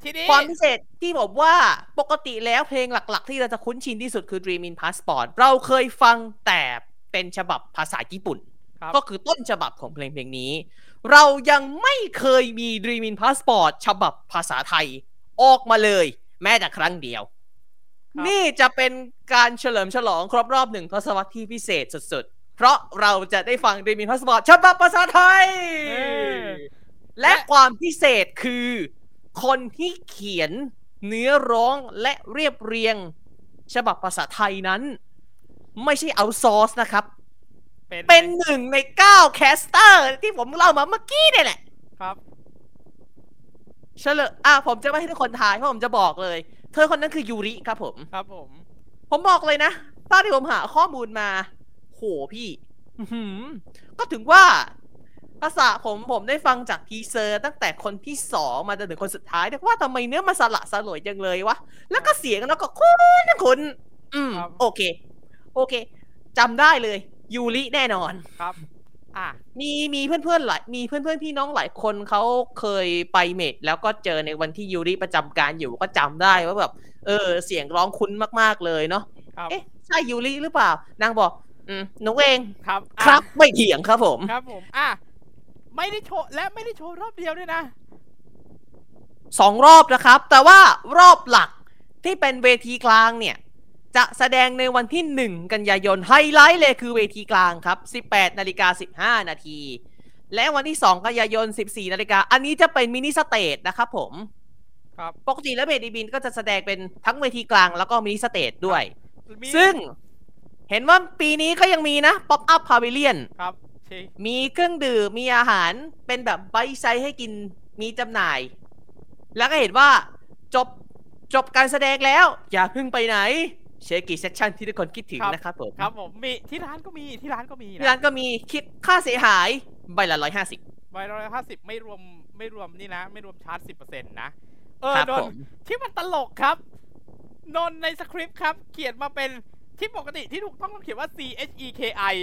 ทีนี้ความพิเศษที่ผมว่าปกติแล้วเพลงหลักๆที่เราจะคุ้นชินที่สุดคือ Dream in Passport เราเคยฟังแต่เป็นฉบับภาษาญี่ปุ่นก็คือต้นฉบับของเพลงเพลงนี้เรายังไม่เคยมี Dream in Passport ฉบับภาษาไทยออกมาเลยแม้แต่ครั้งเดียวนี่จะเป็นการเฉลิมฉลองครบรอบหนึ่งทศวรรษที่พิเศษสุดๆเพราะเราจะได้ฟัง Dream in Passport ฉบับภาษาไทยและความพิเศษคือคนที่เขียนเนื้อร้องและเรียบเรียงฉบับภาษาไทยนั้นไม่ใช่เอาซอร์สนะครับเป็นเป็นหนึ่งในเก้าแคสเตอร์ที่ผมเล่ามาเมื่อกี้นี่แหละครับเฉลยอ่ะผมจะไม่ให้ทุกคนทายเพราะผมจะบอกเลยเธอคนนั้นคือยูริครับผมครับผมผมบอกเลยนะตอนที่ผมหาข้อมูลมาโหพี่ก็ถึงว่าภาษาผมผมได้ฟังจากทีเซอร์ตั้งแต่คนที่สองมาจนถึงคนสุดท้ายแต่ว่าทำไมเนื้อมาสละสลวยจังเลยวะแล้วก็เสียงแล้วก็คุ้นคุ้นอืมโอเคโอเคจำได้เลยยูริแน่นอนครับอ่ะมีมีเพื่อนๆหลายมีเพื่อนๆพี่น้องหลายคนเขาเคยไปเมดแล้วก็เจอในวันที่ยูริประจำการอยู่ก็จำได้ว่าแบบเออเสียงร้องคุ้นมากๆเลยเนาะเอ๊ะใช่ยูริหรือเปล่านางบอกอืมหนูเองครับครับไม่เถียงครับผมครับผมอ่ะไม่ได้โชว์และไม่ได้โชว์รอบเดียวด้วยนะสองรอบนะครับแต่ว่ารอบหลักที่เป็นเวทีกลางเนี่ยจะแสดงในวันที่หนึ่งกันยายนไฮไลท์เลยคือเวทีกลางครับ สิบแปดนาฬิกาสิบห้านาทีและวันที่สองกันยายน สิบสี่นาฬิกาอันนี้จะเป็นมินิสเตจนะครับผมครับปกติแล้วเบดีบินก็จะแสดงเป็นทั้งเวทีกลางแล้วก็มินิสเตจด้วยซึ่งเห็นว่าปีนี้ก็ยังมีนะป๊อปอัพพาวิเลียนครับมีเครื่องดื่มมีอาหารเป็นแบบไบไซส์ให้กินมีจำหน่ายแล้วก็เห็นว่าจบจบการแสดงแล้วอย่าเพิ่งไปไหนเชกิเซสชั่นที่ทุกคนคิดถึงนะครับผมครับผมมีที่ร้านก็มีที่ร้านก็มีที่ร้านก็มีคิดค่าเสียหายใบละร้อยห้าสิบใบละร้อยห้าสิบไม่รวมไม่รวมนี่นะไม่รวมชาร์จสิบเปอร์เซ็นต์นะเออโดนที่มันตลกครับนนในสคริปต์ครับเขียนมาเป็นที่ปกติที่ถูกต้องต้องเขียนว่า C H E K I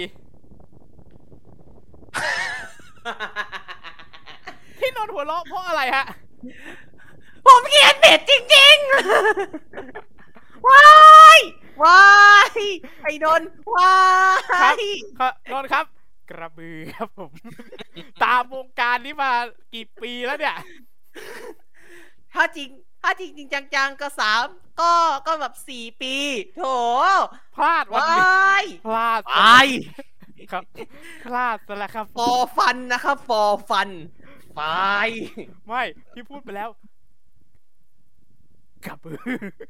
ที่นนหัวเราะเพราะอะไรฮะผมเขียนเด็ดจริงๆว้ายว้ายไอ้นนว้ายนนครับกระบือครับผมตามวงการนี้มากี่ปีแล้วเนี่ยถ้าจริงถ้าจริงจริงจังๆก็สามก็ก็แบบสี่ปีโถพลาดวันนี้พลาดไปครับพลาดซะแล้วครับฟอร์ฟันนะครับฟอร์ฟันไปไม่ที่พูดไปแล้วกระบือ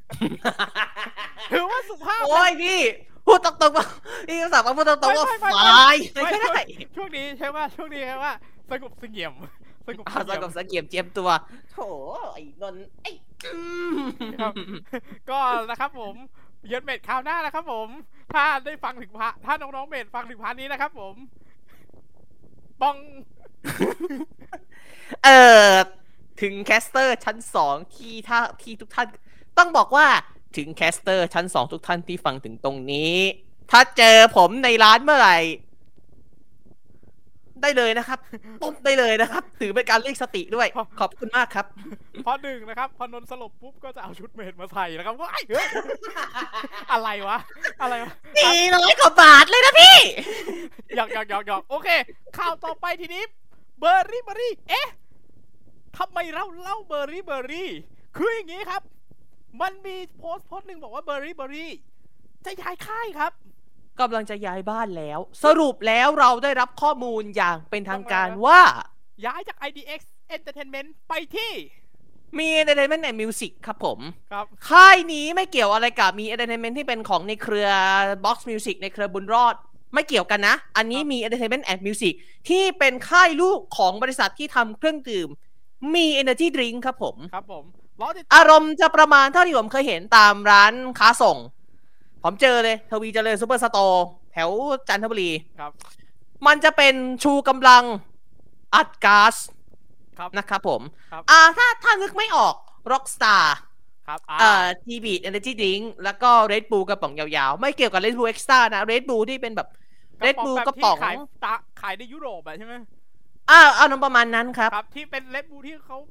ถือว่าสุภาพโอ้ยพี่พูดตรงๆว่าพี่ภาษาพูดตรงๆว่าไฟไม่ได้ช่วงนี้ใช่ไหมช่วงนี้ใช่ไหมสงบเสงี่ยมสงบสงบเสงี่ยมเจียมตัวโถไอ้นนไอ้ก็นะครับผมเยือนเมดคราวหน้านะครับผมถ้าได้ฟังถึงพระถ้าน้องๆเมดฟังถึงพาร์ทนี้นะครับผมบองเออถึงแคสเตอร์ชั้นสองที่ถ้าที่ทุกท่านต้องบอกว่าถึงแคสเตอร์ชั้นสองทุกท่านที่ฟังถึงตรงนี้ถ้าเจอผมในร้านเมื่อไหร่ได้เลยนะครับปุ๊บได้เลยนะครับถือเป็นการเรียกสติด้วยขอบคุณมากครับพอหนึ่งนะครับพอนนสลบปุ๊บก็จะเอาชุดเมดมาใส่นะครับว่าไอ้เฮ้ยอะไรวะอะไรวะสี่ร้อยกว่าบาทเลยนะพี่หยอกหยอกหยอกหยอกโอเคข่าวต่อไปทีนี้เบอร์รี่เบอร์รี่เอ๊ะทำไมเราเล่าเบอร์รี่เบอร์รี่คืออย่างนี้ครับมันมีโพสต์โพสต์หนึ่งบอกว่าเบอร์รี่เบอร์รี่จะย้ายค่ายครับกำลังจะย้ายบ้านแล้วสรุปแล้วเราได้รับข้อมูลอย่างเป็นทางการว่าย้ายจาก ไอ ดี เอ็กซ์ Entertainment ไปที่มี Entertainment and Music ครับผมครับค่ายนี้ไม่เกี่ยวอะไรกับมี Entertainment ที่เป็นของในเครือ Box Music ในเครือบุญรอดไม่เกี่ยวกันนะอันนี้มี Entertainment and Music ที่เป็นค่ายลูกของบริษัทที่ทำเครื่องดื่มมี Energy Drink ครับผมครับผมอารมณ์จะประมาณเท่าที่ผมเคยเห็นตามร้านค้าส่งผมเจอเลยทวีเจริญซูเปอร์สโตร์แถวจันทบุรีครับมันจะเป็นชูกำลังอัดก๊าซนะครับผมอ่าถ้าถ้านึกไม่ออก Rockstar ครับอ่า ที บี Energy Drink แล้วก็ Red Bull กระป๋องยาวๆไม่เกี่ยวกับ Red Bull Extra นะ Red Bull ที่เป็นแบบ Red Bull กระป๋องขายขายในยุโรปใช่ไหมอ่าเอาน้ำประมาณนั้นครับครับที่เป็น Red Bull ที่เขาแบบ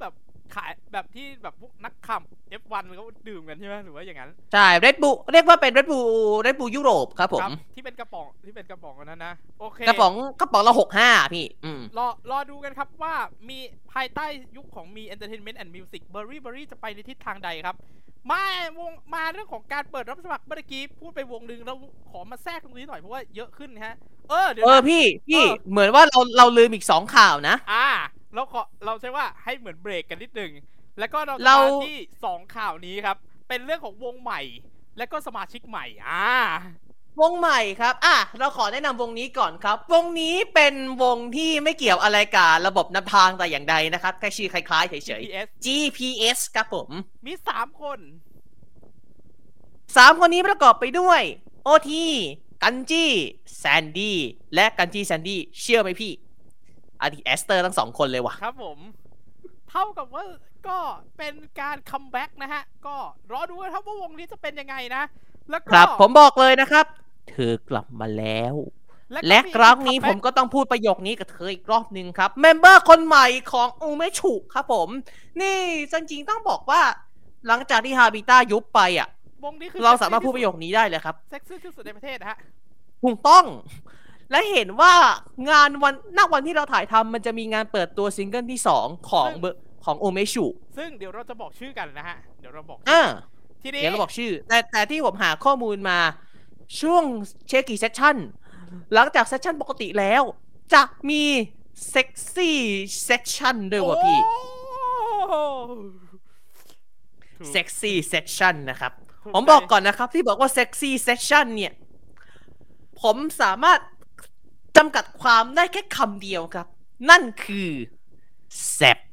ขายแบบที่แบบพวกนักขับ เอฟ วัน เขาดื่มกันใช่ไหมหรือว่าอย่างนั้นใช่ Red Bull เรียกว่าเป็น Red Bull Red Bull ยุโรปครับผมที่เป็นกระป๋องที่เป็นกระป๋องนั้นนะโอเคกระป๋องกระป๋องละหกห้าพี่อืมรอรอดูกันครับว่ามีภายใต้ยุคของมี Entertainment and Music Berry Berry จะไปในทิศทางใดครับมาวงมาเรื่องของการเปิดรับสมัครเมื่อกี้พูดไปวงนึงแล้วขอมาแทรกตรงนี้หน่อยเพราะว่าเยอะขึ้นฮะเออเดี๋ยวเออพี่พี่เหมือนว่าเราเราลืมอีกสองข่าวนะอ่าเราขอเราใช้ว่าให้เหมือนเบรกกันนิดนึงแล้วก็เราจะมาที่สองข่าวนี้ครับเป็นเรื่องของวงใหม่และก็สมาชิกใหม่อ่าวงใหม่ครับอ่ะเราขอแนะนำวงนี้ก่อนครับวงนี้เป็นวงที่ไม่เกี่ยวอะไรกับระบบนำทางแต่อย่างใดนะครับแค่ชื่อคล้ายๆเฉยๆ จี พี เอส ครับผมมีสามคนสามคนนี้ประกอบไปด้วยโอทีกันจีแซนดี้และกันจีแซนดี้เชื่อไหมพี่อดีตแอสเตอร์ทั้งสองคนเลยว่ะครับผมเท่ากับว่าก็เป็นการคัมแบ็กนะฮะก็รอดูครับว่าวงนี้จะเป็นยังไงนะแล้วก็ครับผมบอกเลยนะครับเธอกลับมาแล้วและครั้งนี้ผมก็ต้องพูดประโยคนี้กับเธออีกรอบนึงครับเมมเบอร์คนใหม่ของอูเมชุครับผมนี่จริงๆต้องบอกว่าหลังจากที่ฮาบิต้ายุบไปอ่ะวงนี้คือเราสามารถพูดประโยคนี้ได้เลยครับเซ็กซี่ที่สุดในประเทศนะฮะถูกต้องและเห็นว่างานวันณวันที่เราถ่ายทำมันจะมีงานเปิดตัวซิงเกิลที่สองของเบอร์ของโอเมชุซึ่งเดี๋ยวเราจะบอกชื่อกันนะฮะเดี๋ยวเราบอกอ่าทีนี้เดี๋ยวเราบอกชื่อแต่แต่ที่ผมหาข้อมูลมาช่วงเช็คกี่เซสชั่นหลังจากเซสชั่นปกติแล้วจะมีเซ็กซี่เซสชั่นด้วยวะพี่เซ็กซี่เซสชั่นนะครับผมบอกก่อนนะครับที่บอกว่าเซ็กซี่เซสชั่นเนี่ยผมสามารถจำกัดความได้แค่คำเดียวครับนั่นคือแซบ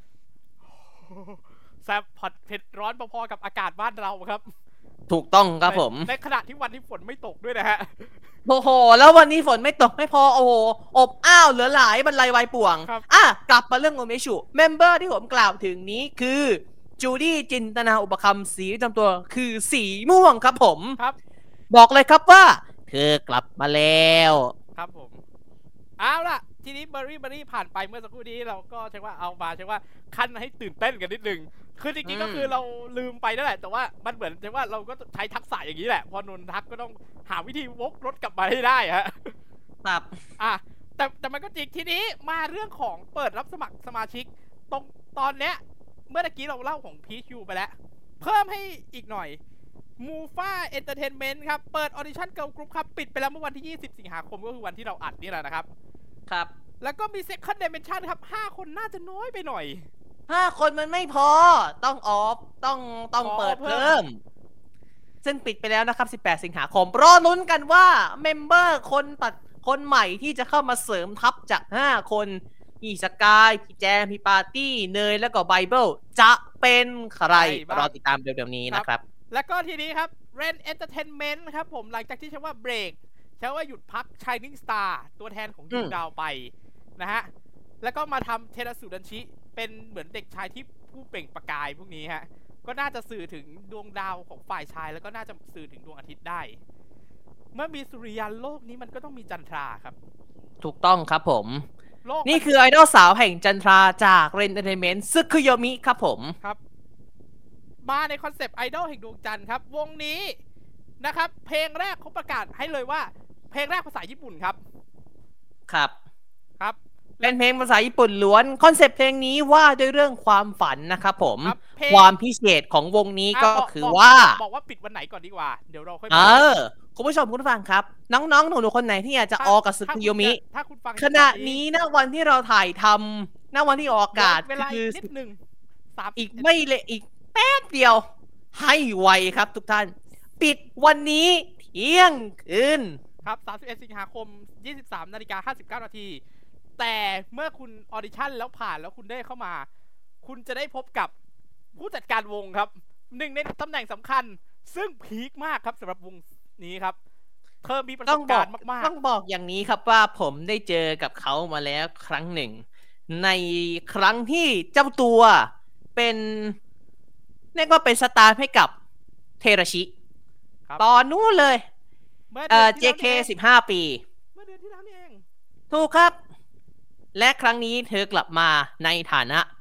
แซบผัดเผ็ดร้อนพอๆกับอากาศบ้านเราครับถูกต้องครับผมในขณะที่วันที่ฝนไม่ตกด้วยนะฮะโอ้โหแล้ววันนี้ฝนไม่ตกไม่พอโอ้โหอบอ้าวเหลือหลายบรรลัยวายป่วงอ่ะกลับมาเรื่องโอเมชุเมมเบอร์ที่ผมกล่าวถึงนี้คือจูดี้จินตนาอุปคำสีประจำตัวคือสีม่วงครับผมครับบอกเลยครับว่าเธอกลับมาแล้วครับผมเอาล่ะทีนี้เบอร์รี่เบอร์รี่ผ่านไปเมื่อสักครู่นี้เราก็ใช้ว่าเอามาใช้ว่าขั้นให้ตื่นเต้นกันนิดนึงคือจริงๆก็คือเราลืมไปนั่นแหละแต่ว่ามันเหมือนใช่ว่าเราก็ใช้ทักษะอย่างนี้แหละพอนนทักก็ต้องหาวิธีวกรถกลับมาให้ได้ฮะครับอ่ะแต่แต่มันก็จริงทีนี้มาเรื่องของเปิดรับสมัครสมาชิกตรงตอนเนี้ยเมื่อกี้เราเล่าของพีชยูไปแล้วเพิ่มให้อีกหน่อยมูฟ่าเอนเตอร์เทนเมนต์ครับเปิดออดิชั่นเกิร์ลกรุ๊ปครับปิดไปแล้วเมื่อวันที่ยี่สิบสิงหาคมก็คือวันที่เราอัดนี่แหละนะครับครับแล้วก็มีเซ็คันด์ดิเมนชั่นครับห้าคนน่าจะน้อยไปหน่อยห้าคนมันไม่พอต้องออฟต้องต้องเปิดเพิ่มซึ่งปิดไปแล้วนะครับสิบแปดสิงหาคมรอลุ้นกันว่าเมมเบอร์คนตัดคนใหม่ที่จะเข้ามาเสริมทัพจากห้าคนพี่สกายพี่แจมพี่ปาร์ตี้เนยแล้วก็ไบเบิลจะเป็นใครรอติดตามเดี๋ยวนี้นะครับแล้วก็ทีนี้ครับ Ren Entertainment ครับผมหลังจากที่ใช้ว่าเบรกใช้ว่าหยุดพัก Shining Star ตัวแทนของยูดาวไปนะฮะแล้วก็มาทำเทราสุดันชิเป็นเหมือนเด็กชายที่ผู้เปล่งประกายพวกนี้ฮะก็น่าจะสื่อถึงดวงดาวของฝ่ายชายแล้วก็น่าจะสื่อถึงดวงอาทิตย์ได้เมื่อมีสุริยันโลกนี้มันก็ต้องมีจันทราครับถูกต้องครับผมนี่คือไอดอลสาวแห่งจันทราจากเรนเตอร์เทนเมนต์ซึคุโยมิครับผมครับมาในคอนเซปต์ไอดอลแห่งดวงจันทร์ครับวงนี้นะครับเพลงแรกเขาประกาศให้เลยว่าเพลงแรกภาษาญี่ปุ่นครับครับครับเป็นเพลงภาษาญี่ปุ่นล้วนคอนเซปต์เพลงนี้ว่าด้วยเรื่องความฝันนะครับผมความพิเศษของวงนี้ก็คือว่าบอกว่าปิดวันไหนก่อนดีกว่าเดี๋ยวเราค่อยเออคุณผู้ชมคุณผู้ฟังครับน้องๆหนูๆคนไหนที่อยากจะออกกับซึคุโยมิขณะนี้ณวันที่เราถ่ายทำณวันที่ออกอากาศคือนิดนึงอีกไม่เลยอีกแป๊บเดียวให้ไวครับทุกท่านปิดวันนี้เที่ยงคืนครับสามสิบเอ็ดสิงหาคม ยี่สิบสามนาฬิกาห้าสิบเก้านาทีแต่เมื่อคุณออดิชั่นแล้วผ่านแล้วคุณได้เข้ามาคุณจะได้พบกับผู้จัดการวงครับหนึ่งในตำแหน่งสำคัญซึ่งพีคมากครับสำหรับวงนี้ครับเธอมีประสบการณ์มากๆต้องบอกอย่างนี้ครับว่าผมได้เจอกับเขามาแล้วครั้งหนึ่งในครั้งที่เจ้าตัวเป็นเรียกว่าเป็นสตาร์ให้กับเทราชิตอนนู้นเลยเอ่อ เจ เค สิบห้าปีเมื่อเดือนที่แล้วนี่เองถูกครับและครั้งนี้เธอกลับมาในฐานะ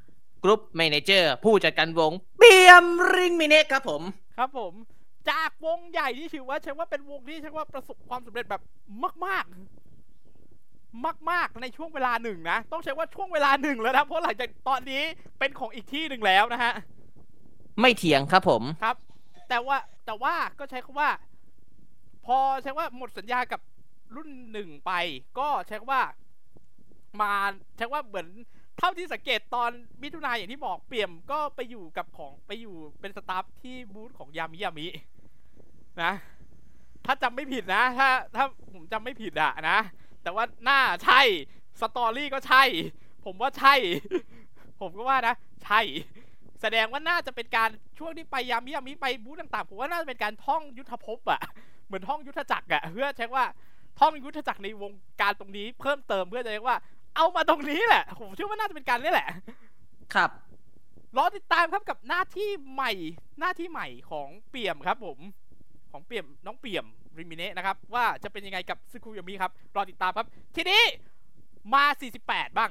กรุ๊ปแมเนเจอร์ผู้จัดการวงเปียมรินมิเนะครับผมครับผมจากวงใหญ่ที่ถือว่าใช่ว่าเป็นวงที่ใช่ว่าประสบความสำเร็จแบบมากๆมากๆในช่วงเวลาหนึ่งนะต้องใช้ว่าช่วงเวลาหนึ่งแล้วนะเพราะหลังจากตอนนี้เป็นของอีกที่หนึ่งแล้วนะฮะไม่เถียงครับผมครับแต่ว่าแต่ว่าก็ใช้คำว่าพอใช้ว่าหมดสัญญากับรุ่นหนึ่งไปก็ใช้ว่ามาใช้ว่าเหมือนเท่าที่สังเกตตอนมิถุนายนอย่างที่บอกเปี่ยมก็ไปอยู่กับของไปอยู่เป็นสตาฟที่บูธของยามิยามินะถ้าจำไม่ผิดนะถ้าถ้าผมจำไม่ผิดอะนะแต่ว่าหน้าใช่สตอรี่ก็ใช่ผมว่าใช่ผมก็ว่านะใช่แสดงว่าน่าจะเป็นการช่วงที่ไปยามิยามิไปบูธต่างๆผมว่าน่าจะเป็นการท่องยุทธภพอะเหมือนท่องยุทธจักรอะเพื่อใช้ว่าท่องยุทธจักรในวงการตรงนี้เพิ่มเติมเพื่อจะเรียกว่าเอามาตรงนี้แหละผมเชื่อว่าน่าจะเป็นการนี่แหละครับรอติดตามครับกับหน้าที่ใหม่หน้าที่ใหม่ของเปี่ยมครับผมของเปี่ยมน้องเปี่ยมริมิเนะนะครับว่าจะเป็นยังไงกับซึคุยามิครับรอติดตามครับทีนี้มาสี่สิบแปดบ้าง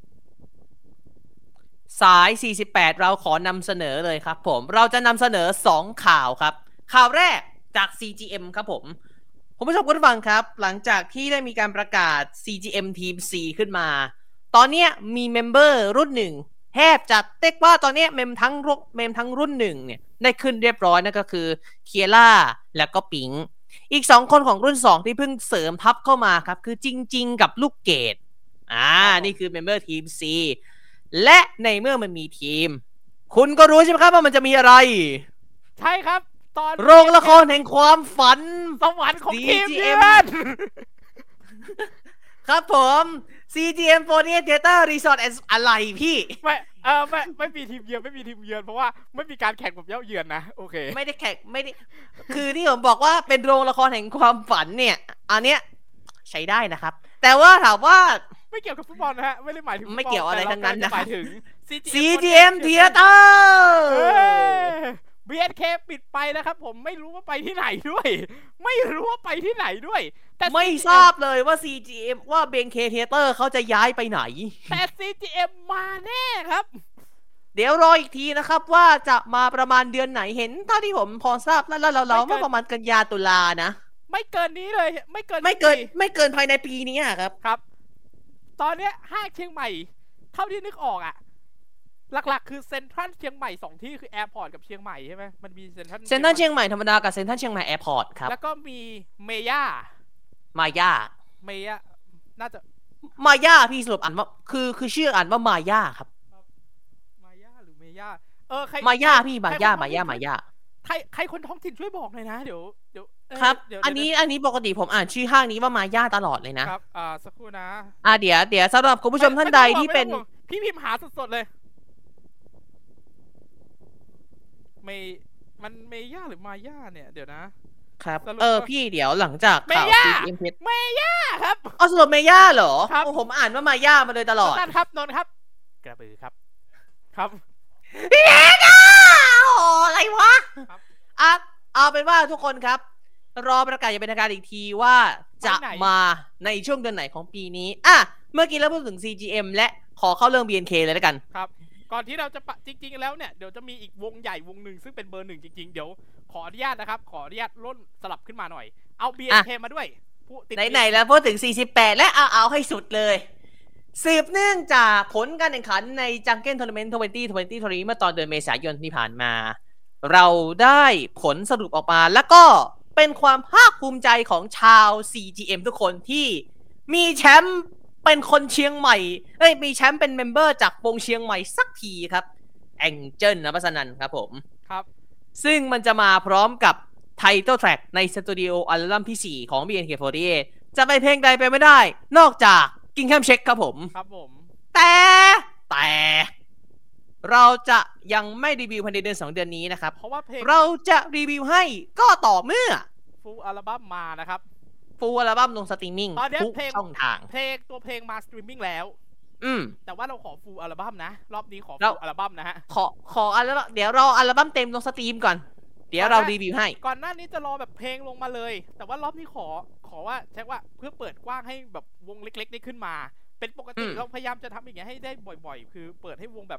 สายสี่สิบแปดเราขอนำเสนอเลยครับผมเราจะนำเสนอสองข่าวครับข่าวแรกจาก ซี จี เอ็ม ครับผมคุณผู้ชมคุณผู้ฟังครับหลังจากที่ได้มีการประกาศ ซี จี เอ็ม Team C ขึ้นมาตอนนี้มีเมมเบอร์รุ่นหนึ่งแทบจะเต็กว่าตอนนี้เมมทั้งเมมทั้งรุ่นหนึ่งเนี่ยได้ขึ้นเรียบร้อยนั่นก็คือเคียร่าแล้วก็ปิงอีกสองคนของรุ่นสองที่เพิ่งเสริมทับเข้ามาครับคือจริงๆกับลูกเกดอ่านี่คือเมมเบอร์ทีม C และในเมื่อมันมีทีมคุณก็รู้ใช่ไหมครับว่ามันจะมีอะไรใช่ครับตอนโรงละครแห่งความฝันสวรรค์ของทีมเยือนครับผม ซี จี เอ็ม สี่สิบแปด Theater Resort อะไรพี่ไม่เออไม่ไม่มีทีมเยือนไม่มีทีมเยือนเพราะว่าไม่มีการแข่งแบบเย้าเยือนนะโอเคไม่ได้แข่งไม่ได้คือที่ผมบอกว่าเป็นโรงละครแห่งความฝันเนี่ยอันเนี้ยใช้ได้นะครับแต่ว่าถามว่าไม่เกี่ยวกับฟุตบอลนะฮะไม่ได้หมายถึงไม่เกี่ยวอะไรทั้งนั้นนะหมายถึงซี จี เอ็ม Theater บี เอ็น เค ปิดไปนะครับผมไม่รู้ว่าไปที่ไหนด้วยไม่รู้ว่าไปที่ไหนด้วยแต่ไม่ทราบเลยว่า ซี จี เอ็ม ว่า บี เอ็น เค Theater เขาจะย้ายไปไหนแต่ ซี จี เอ็ม มาแน่ครับเดี๋ยวรออีกทีนะครับว่าจะมาประมาณเดือนไหนเห็นเท่าที่ผมพอทราบแล้วเราเราว่าประมาณกันยาตุลานะไม่เกินนี้เลยไม่เกินไม่เกินไม่เกินภายในปีนี้ครับครับตอนนี้ห้างเชียงใหม่เท่าที่นึกออกอ่ะหลักๆคือเซ็นทรัลเชียงใหม่สองที่คือแอร์พอร์ตกับเชียงใหม่ใช่ไหมมันมีเซ็นทรัลเซ็นทรัลเชียงใหม่ธรรมดากับเซ็นทรัลเชียงใหม่แอร์พอร์ตครับแล้วก็มีเมย่ามาย่าเมย่าน่าจะมาย่าพี่สรุปอ่านว่าคือคือชื่ออ่านว่ามาย่าครับมาย่าหรือเมย่าเออใครมาย่าพี่มาย่ามาย่ามาย่าใครใครคนท้องถิ่นช่วยบอกหน่อยนะเดี๋ยวเดี๋ยวครับอันนี้อันนี้ปกติผมอ่านชื่อห้างนี้ว่ามาย่าตลอดเลยนะครับอ่าสักครู่นะอ่าเดี๋ยวเดี๋ยวสำหรับคุณผู้ชมท่านใดที่เป็นพี่พิมพ์หาสดๆเลยเมมันเมย่าหรือมาย่าเนี่ยเดี๋ยวนะครับเออพี่เดี๋ยวหลังจากข่าว ซี จี เอ็ม เมย่าครับอ๋อสรุปเมย่าเหรอครับผมอ่านว่ามาย่ามาโดยตลอดนั่นครับนนท์ครับกระบือครับครับพี่เอกอ่ะโอ้อะไรวะอ่ะเอาเป็นว่าทุกคนครับรอประกาศอย่างเป็นทางการอีกทีว่าจะมาในช่วงเดือนไหนของปีนี้อ่ะเมื่อกี้เราพูดถึง ซี จี เอ็ม และขอเข้าเรื่อง บี เอ็น เค เลยแล้วกันครับก่อนที่เราจะปะจริงๆแล้วเนี่ยเดี๋ยวจะมีอีกวงใหญ่วงหนึ่งซึ่งเป็นเบอร์หนึ่งจริงๆเดี๋ยวขออนุญาตนะครับขออนุญาตล่นสลับขึ้นมาหน่อยเอา บี เอ็น เค มาด้วยไหนๆแล้วพูดถึงสี่สิบแปดและเอาเอาให้สุดเลยสืบเนื่องจากผลการแข่งขันในจังเก้นทัวร์นาเมนต์ยี่สิบยี่สิบสามเมื่อตอนเดือนเมษายนที่ผ่านมาเราได้ผลสรุปออกมาแล้วก็เป็นความภาคภูมิใจของชาว ซี จี เอ็ม ทุกคนที่มีแชมป์เป็นคนเชียงใหม่เอ้ยมีแชมป์เป็นเมมเบอร์จากวงเชียงใหม่สักทีครับแองเจิลนภัสนันครับผมครับซึ่งมันจะมาพร้อมกับไทเทิลแทร็กในสตูดิโออัลบั้มที่สี่ของ บี เอ็น เค สี่สิบแปด จะไปเพลงใดไปไม่ได้นอกจากกินแคมเช็คครับผมครับผมแต่แต่เราจะยังไม่รีวิวภายในเดือนสองเดือนนี้นะครับเพราะว่าเพลงเราจะรีวิวให้ก็ต่อเมื่อฟูลอัลบั้มมานะครับฟูลอัลบั้มลงสตรีมมิ่งทุกช่องทางเพลงตัวเพลงมาสตรีมมิ่งแล้วอืมแต่ว่าเราขอฟูลอัลบั้มนะรอบนี้ขอฟูลอัลบั้มนะฮะขอขออัลบั้มเดี๋ยวรออัลบั้มเต็มลงสตรีมก่อนเดี๋ยวเรารีวิวให้ก่อนหน้านี้จะรอแบบเพลงลงมาเลยแต่ว่ารอบนี้ขอขอว่าใช่ว่าเพื่อเปิดกว้างให้แบบวงเล็กๆได้ขึ้นมาเป็นปกติเราพยายามจะทำอย่างเงี้ยให้ได้บ่อยๆคือเปิดให้วงแบบ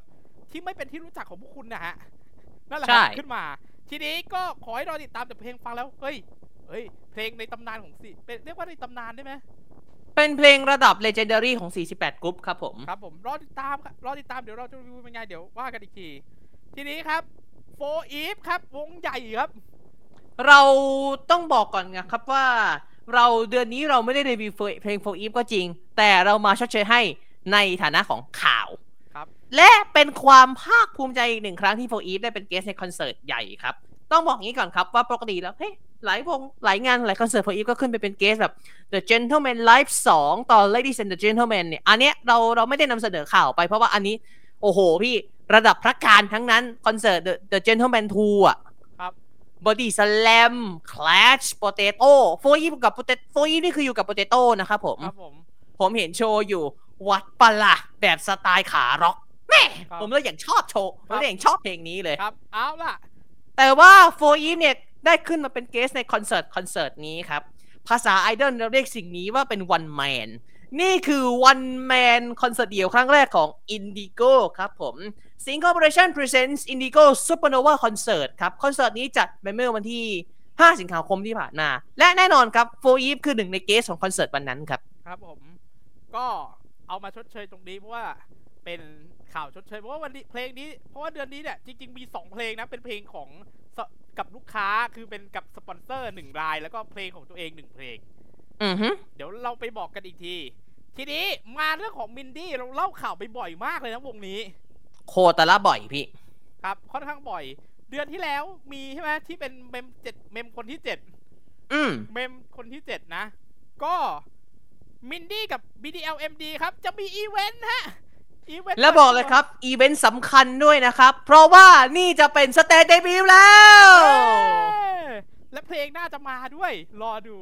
ที่ไม่เป็นที่รู้จักของพวกคุณนะฮะนั่นแหละใช่ขึ้นมาทีนี้ก็ขอให้รอติดตามแต่เพลงฟังแล้วเฮ้ยเฮ้ยเพลงในตำนานของสิเป็นเรียกว่าในตำนานได้ไหมเป็นเพลงระดับ Legendary ของสี่สิบแปดกรุ๊ปครับผมครับผมรอติดตามครับรอติดตามเดี๋ยวเราจะรีวิวเป็นไงเดี๋ยวว่ากันอีกทีทีนี้ครับโฟอีฟครับวงใหญ่ครับเราต้องบอกก่อนนะครับว่าเราเดือนนี้เราไม่ได้รีวิวเพลงโฟอีฟก็จริงแต่เรามาชดเชยให้ในฐานะของข่าวครับและเป็นความภาคภูมิใจอีกหนึ่งครั้งที่โฟอีฟได้เป็นเกสในคอนเสิร์ตใหญ่ครับต้องบอกงี้ก่อนครับว่าปกติแล้วเฮ้ยหลายวงหลายงานหลายคอนเสิร์ตโฟอีฟก็ขึ้นไปเป็นเกสแบบ The Gentleman Live สองตอน Ladies and the Gentlemen เนี่ยอันเนี้ยเราเราไม่ได้นำเสนอข่าวไปเพราะว่าอันนี้โอ้โหพี่ระดับพระการทั้งนั้นคอนเสิร์ต The, The Gentleman ทูอ่ะครับ Body Slam Clash Potato โฟอีฟกับ Potato โฟอีฟนี่คืออยู่กับ Potato นะครับผมครับผมผมเห็นโชว์อยู่วัดปะละแบบสไตล์ขาร็อกแม่ผมเลยอย่างชอบโชว์ผมเลยอย่างชอบเพลงนี้เลยครับเอาล่ะแต่ว่าโฟอีฟเนี่ยได้ขึ้นมาเป็นเกสในคอนเสิร์ตคอนเสิร์ตนี้ครับภาษาไอดอลเราเรียกสิ่งนี้ว่าเป็นวันแมนนี่คือวันแมนคอนเสิร์ตเดี่ยวครั้งแรกของ Indigo ครับผม Sing Corporation Presents Indigo Supernova Concert ครับคอนเสิร์ตนี้จัดไปเมื่อวันที่ห้าสิงหาคมที่ผ่านมาและแน่นอนครับโฟอีฟคือหนึ่งในเกสของคอนเสิร์ตวันนั้นครับครับผมก็เอามาชดเชยตรงนี้เพราะว่าเป็นข่าวชดเชยเพราะว่าวันนี้เพลงนี้เพราะว่าเดือนนี้เนี่ยจริงๆมีสองเพลงนะเป็นเพลงของกับลูกค้าคือเป็นกับสปอนเซอร์หนึ่งรายแล้วก็เพลงของตัวเองหนึ่งเพลงอือฮึเดี๋ยวเราไปบอกกันอีกทีทีนี้มาเรื่องของมินดี้เราเล่าข่าวไปบ่อยมากเลยนะวงนี้โคตรละบ่อยพี่ครับค่อนข้างบ่อยเดือนที่แล้วมีใช่ไหมที่เป็นเมมเจ็ดเมมคนที่เจ็ดอืมเมมคนที่เจ็ดนะก็มินดี้กับ บี ดี แอล เอ็ม ดี ครับจะมีอีเวนต์ฮะแล้วบอกเลยครับอีเวนต์สำคัญด้วยนะครับเพราะว่านี่จะเป็นสเตจเดบิวต์แล้วและเพลงน่าจะมาด้วยรอดู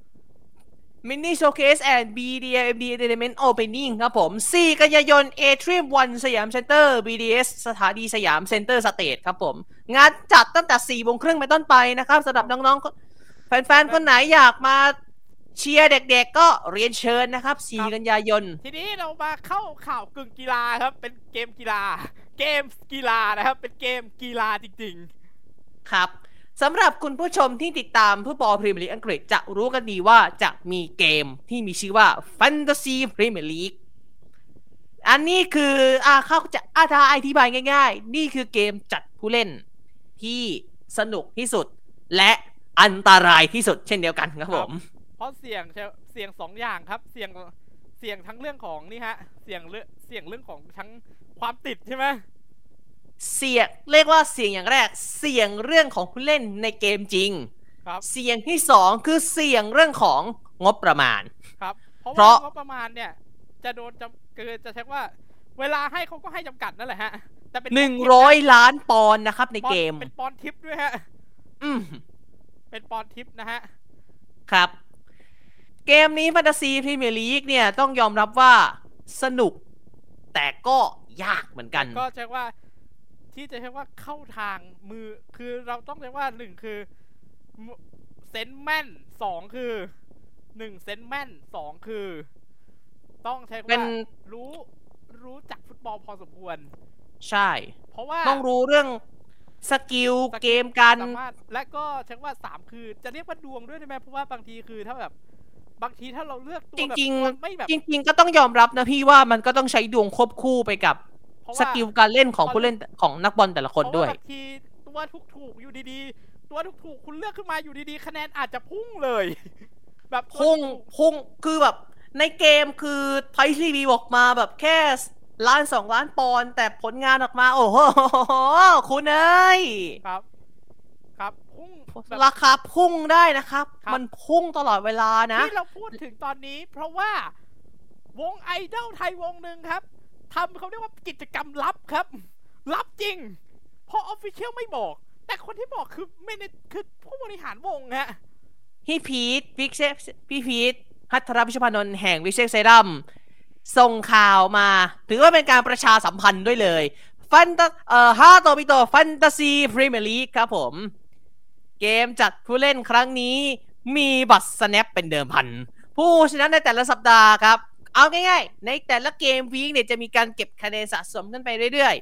Mini Showcase and บี ดี แอล เอ็ม ดี Entertainment Opening ครับผมสี่กันยายน Atrium วันสยามเซ็นเตอร์ บี ดี เอส สถานีสยามเซ็นเตอร์สเตจครับผมงานจัดตั้งแต่สี่โมงครึ่งเป็นต้นไปนะครับสำหรับน้องๆแฟนๆคนไหนอยากมาเชียร์เด็กๆก็เรียนเชิญนะครับสี่กันยายนทีนี้เรามาเข้าข่าวกึ่งกีฬาครับเป็นเกมกีฬาเกมกีฬานะครับเป็นเกมกีฬาจริงๆครับสำหรับคุณผู้ชมที่ติดตามฟุตบอลพรีเมียร์ลีกอังกฤษจะรู้กันดีว่าจะมีเกมที่มีชื่อว่า Fantasy Premier League อันนี้คืออ่าเขาจะอาถ้าอธิบายง่ายๆนี่คือเกมจัดผู้เล่นที่สนุกที่สุดและอันตรายที่สุดเช่นเดียวกันครับผมเพราะเสี่ยงเสี่ยงสองอย่างครับเสี่ยงเสี่ยงทั้งเรื่องของนี่ฮะเสี่ยงเรื่องเสี่ยงเรื่องของทั้งความติดใช่ไหมเสี่ยงเรียกว่าเสี่ยงอย่างแรกเสี่ยงเรื่องของผู้เล่นในเกมจริงครับเสี่ยงที่สองคือเสี่ยงเรื่องของงบประมาณครับเพราะว่างบประมาณเนี่ยจะโดนจำเกิดจะใช้ว่าเวลาให้เขาก็ให้จำกัดนั่นแหละฮะแต่เป็นหนึ่งร้อยล้านปอนด์นะครับในเกมเป็นปอนด์ทิปด้วยฮะอืมเป็นปอนด์ทิปนะฮะครับเกมนี้แฟนตาซีพรีเมียร์ลีกเนี่ยต้องยอมรับว่าสนุกแต่ก็ยากเหมือนกันก็ใช่ว่าที่จะใช้ว่าเข้าทางมือคือเราต้องใช้ว่าหนึ่งคือเซนแม่นสองคือหนึ่งเซนแม่นสองคือต้องใช้ว่ารู้รู้จักฟุตบอลพอสมควรใช่เพราะว่าต้องรู้เรื่องสกิลเกมกันและก็ใช้ว่าสามคือจะเรียกว่าดวงด้วยได้ไหมเพราะว่าบางทีคือถ้าแบบบางทีถ้าเราเลือกตัวแบบไม่แบบจริงๆก็ต้องยอมรับนะพี่ว่ามันก็ต้องใช้ดวงควบคู่ไปกับสกิลการเล่นของผู้เล่นของนักบอลแต่ละคนด้วยบางทีตัวถูกๆอยู่ดีๆตัวถูกๆคุณเลือกขึ้นมาอยู่ดีๆคะแนนอาจจะพุ่งเลยแบบพุ่งพุ่งคือแบบในเกมคือไพซ์รีวิวออกมาแบบแค่ล้านสองล้านปอนด์แต่ผลงานออกมาโอ้โหคุณเอ้ยครับครับพุ่งราคาพุ่งได้นะครับมันพุ่งตลอดเวลานะที่เราพูดถึงตอนนี้เพราะว่าวงไอดอลไทยวงหนึ่งครับทำเขาเรียกว่ากิจกรรมลับครับลับจริงเพราะออฟฟิเชียลไม่บอกแต่คนที่บอกคือไม่ได้คือผู้บริหารวงฮะพี่พีทวิกเซพี่พีทฮัทรพิชพานนท์แห่งวิเชษเซดัมส่งข่าวมาถือว่าเป็นการประชาสัมพันธ์ด้วยเลยฟันตาเอ่อฮาโตบิโตแฟนตาซีพรีเมียร์ลีกครับผมเกมจัดผู้เล่นครั้งนี้มีบัตรสแนปเป็นเดิมพันผู้ชนะในแต่ละสัปดาห์ครับเอาง่ายๆในแต่ละเกมวีคเนี่ยจะมีการเก็บคะแนนสะสมกันไปเรื่อยๆ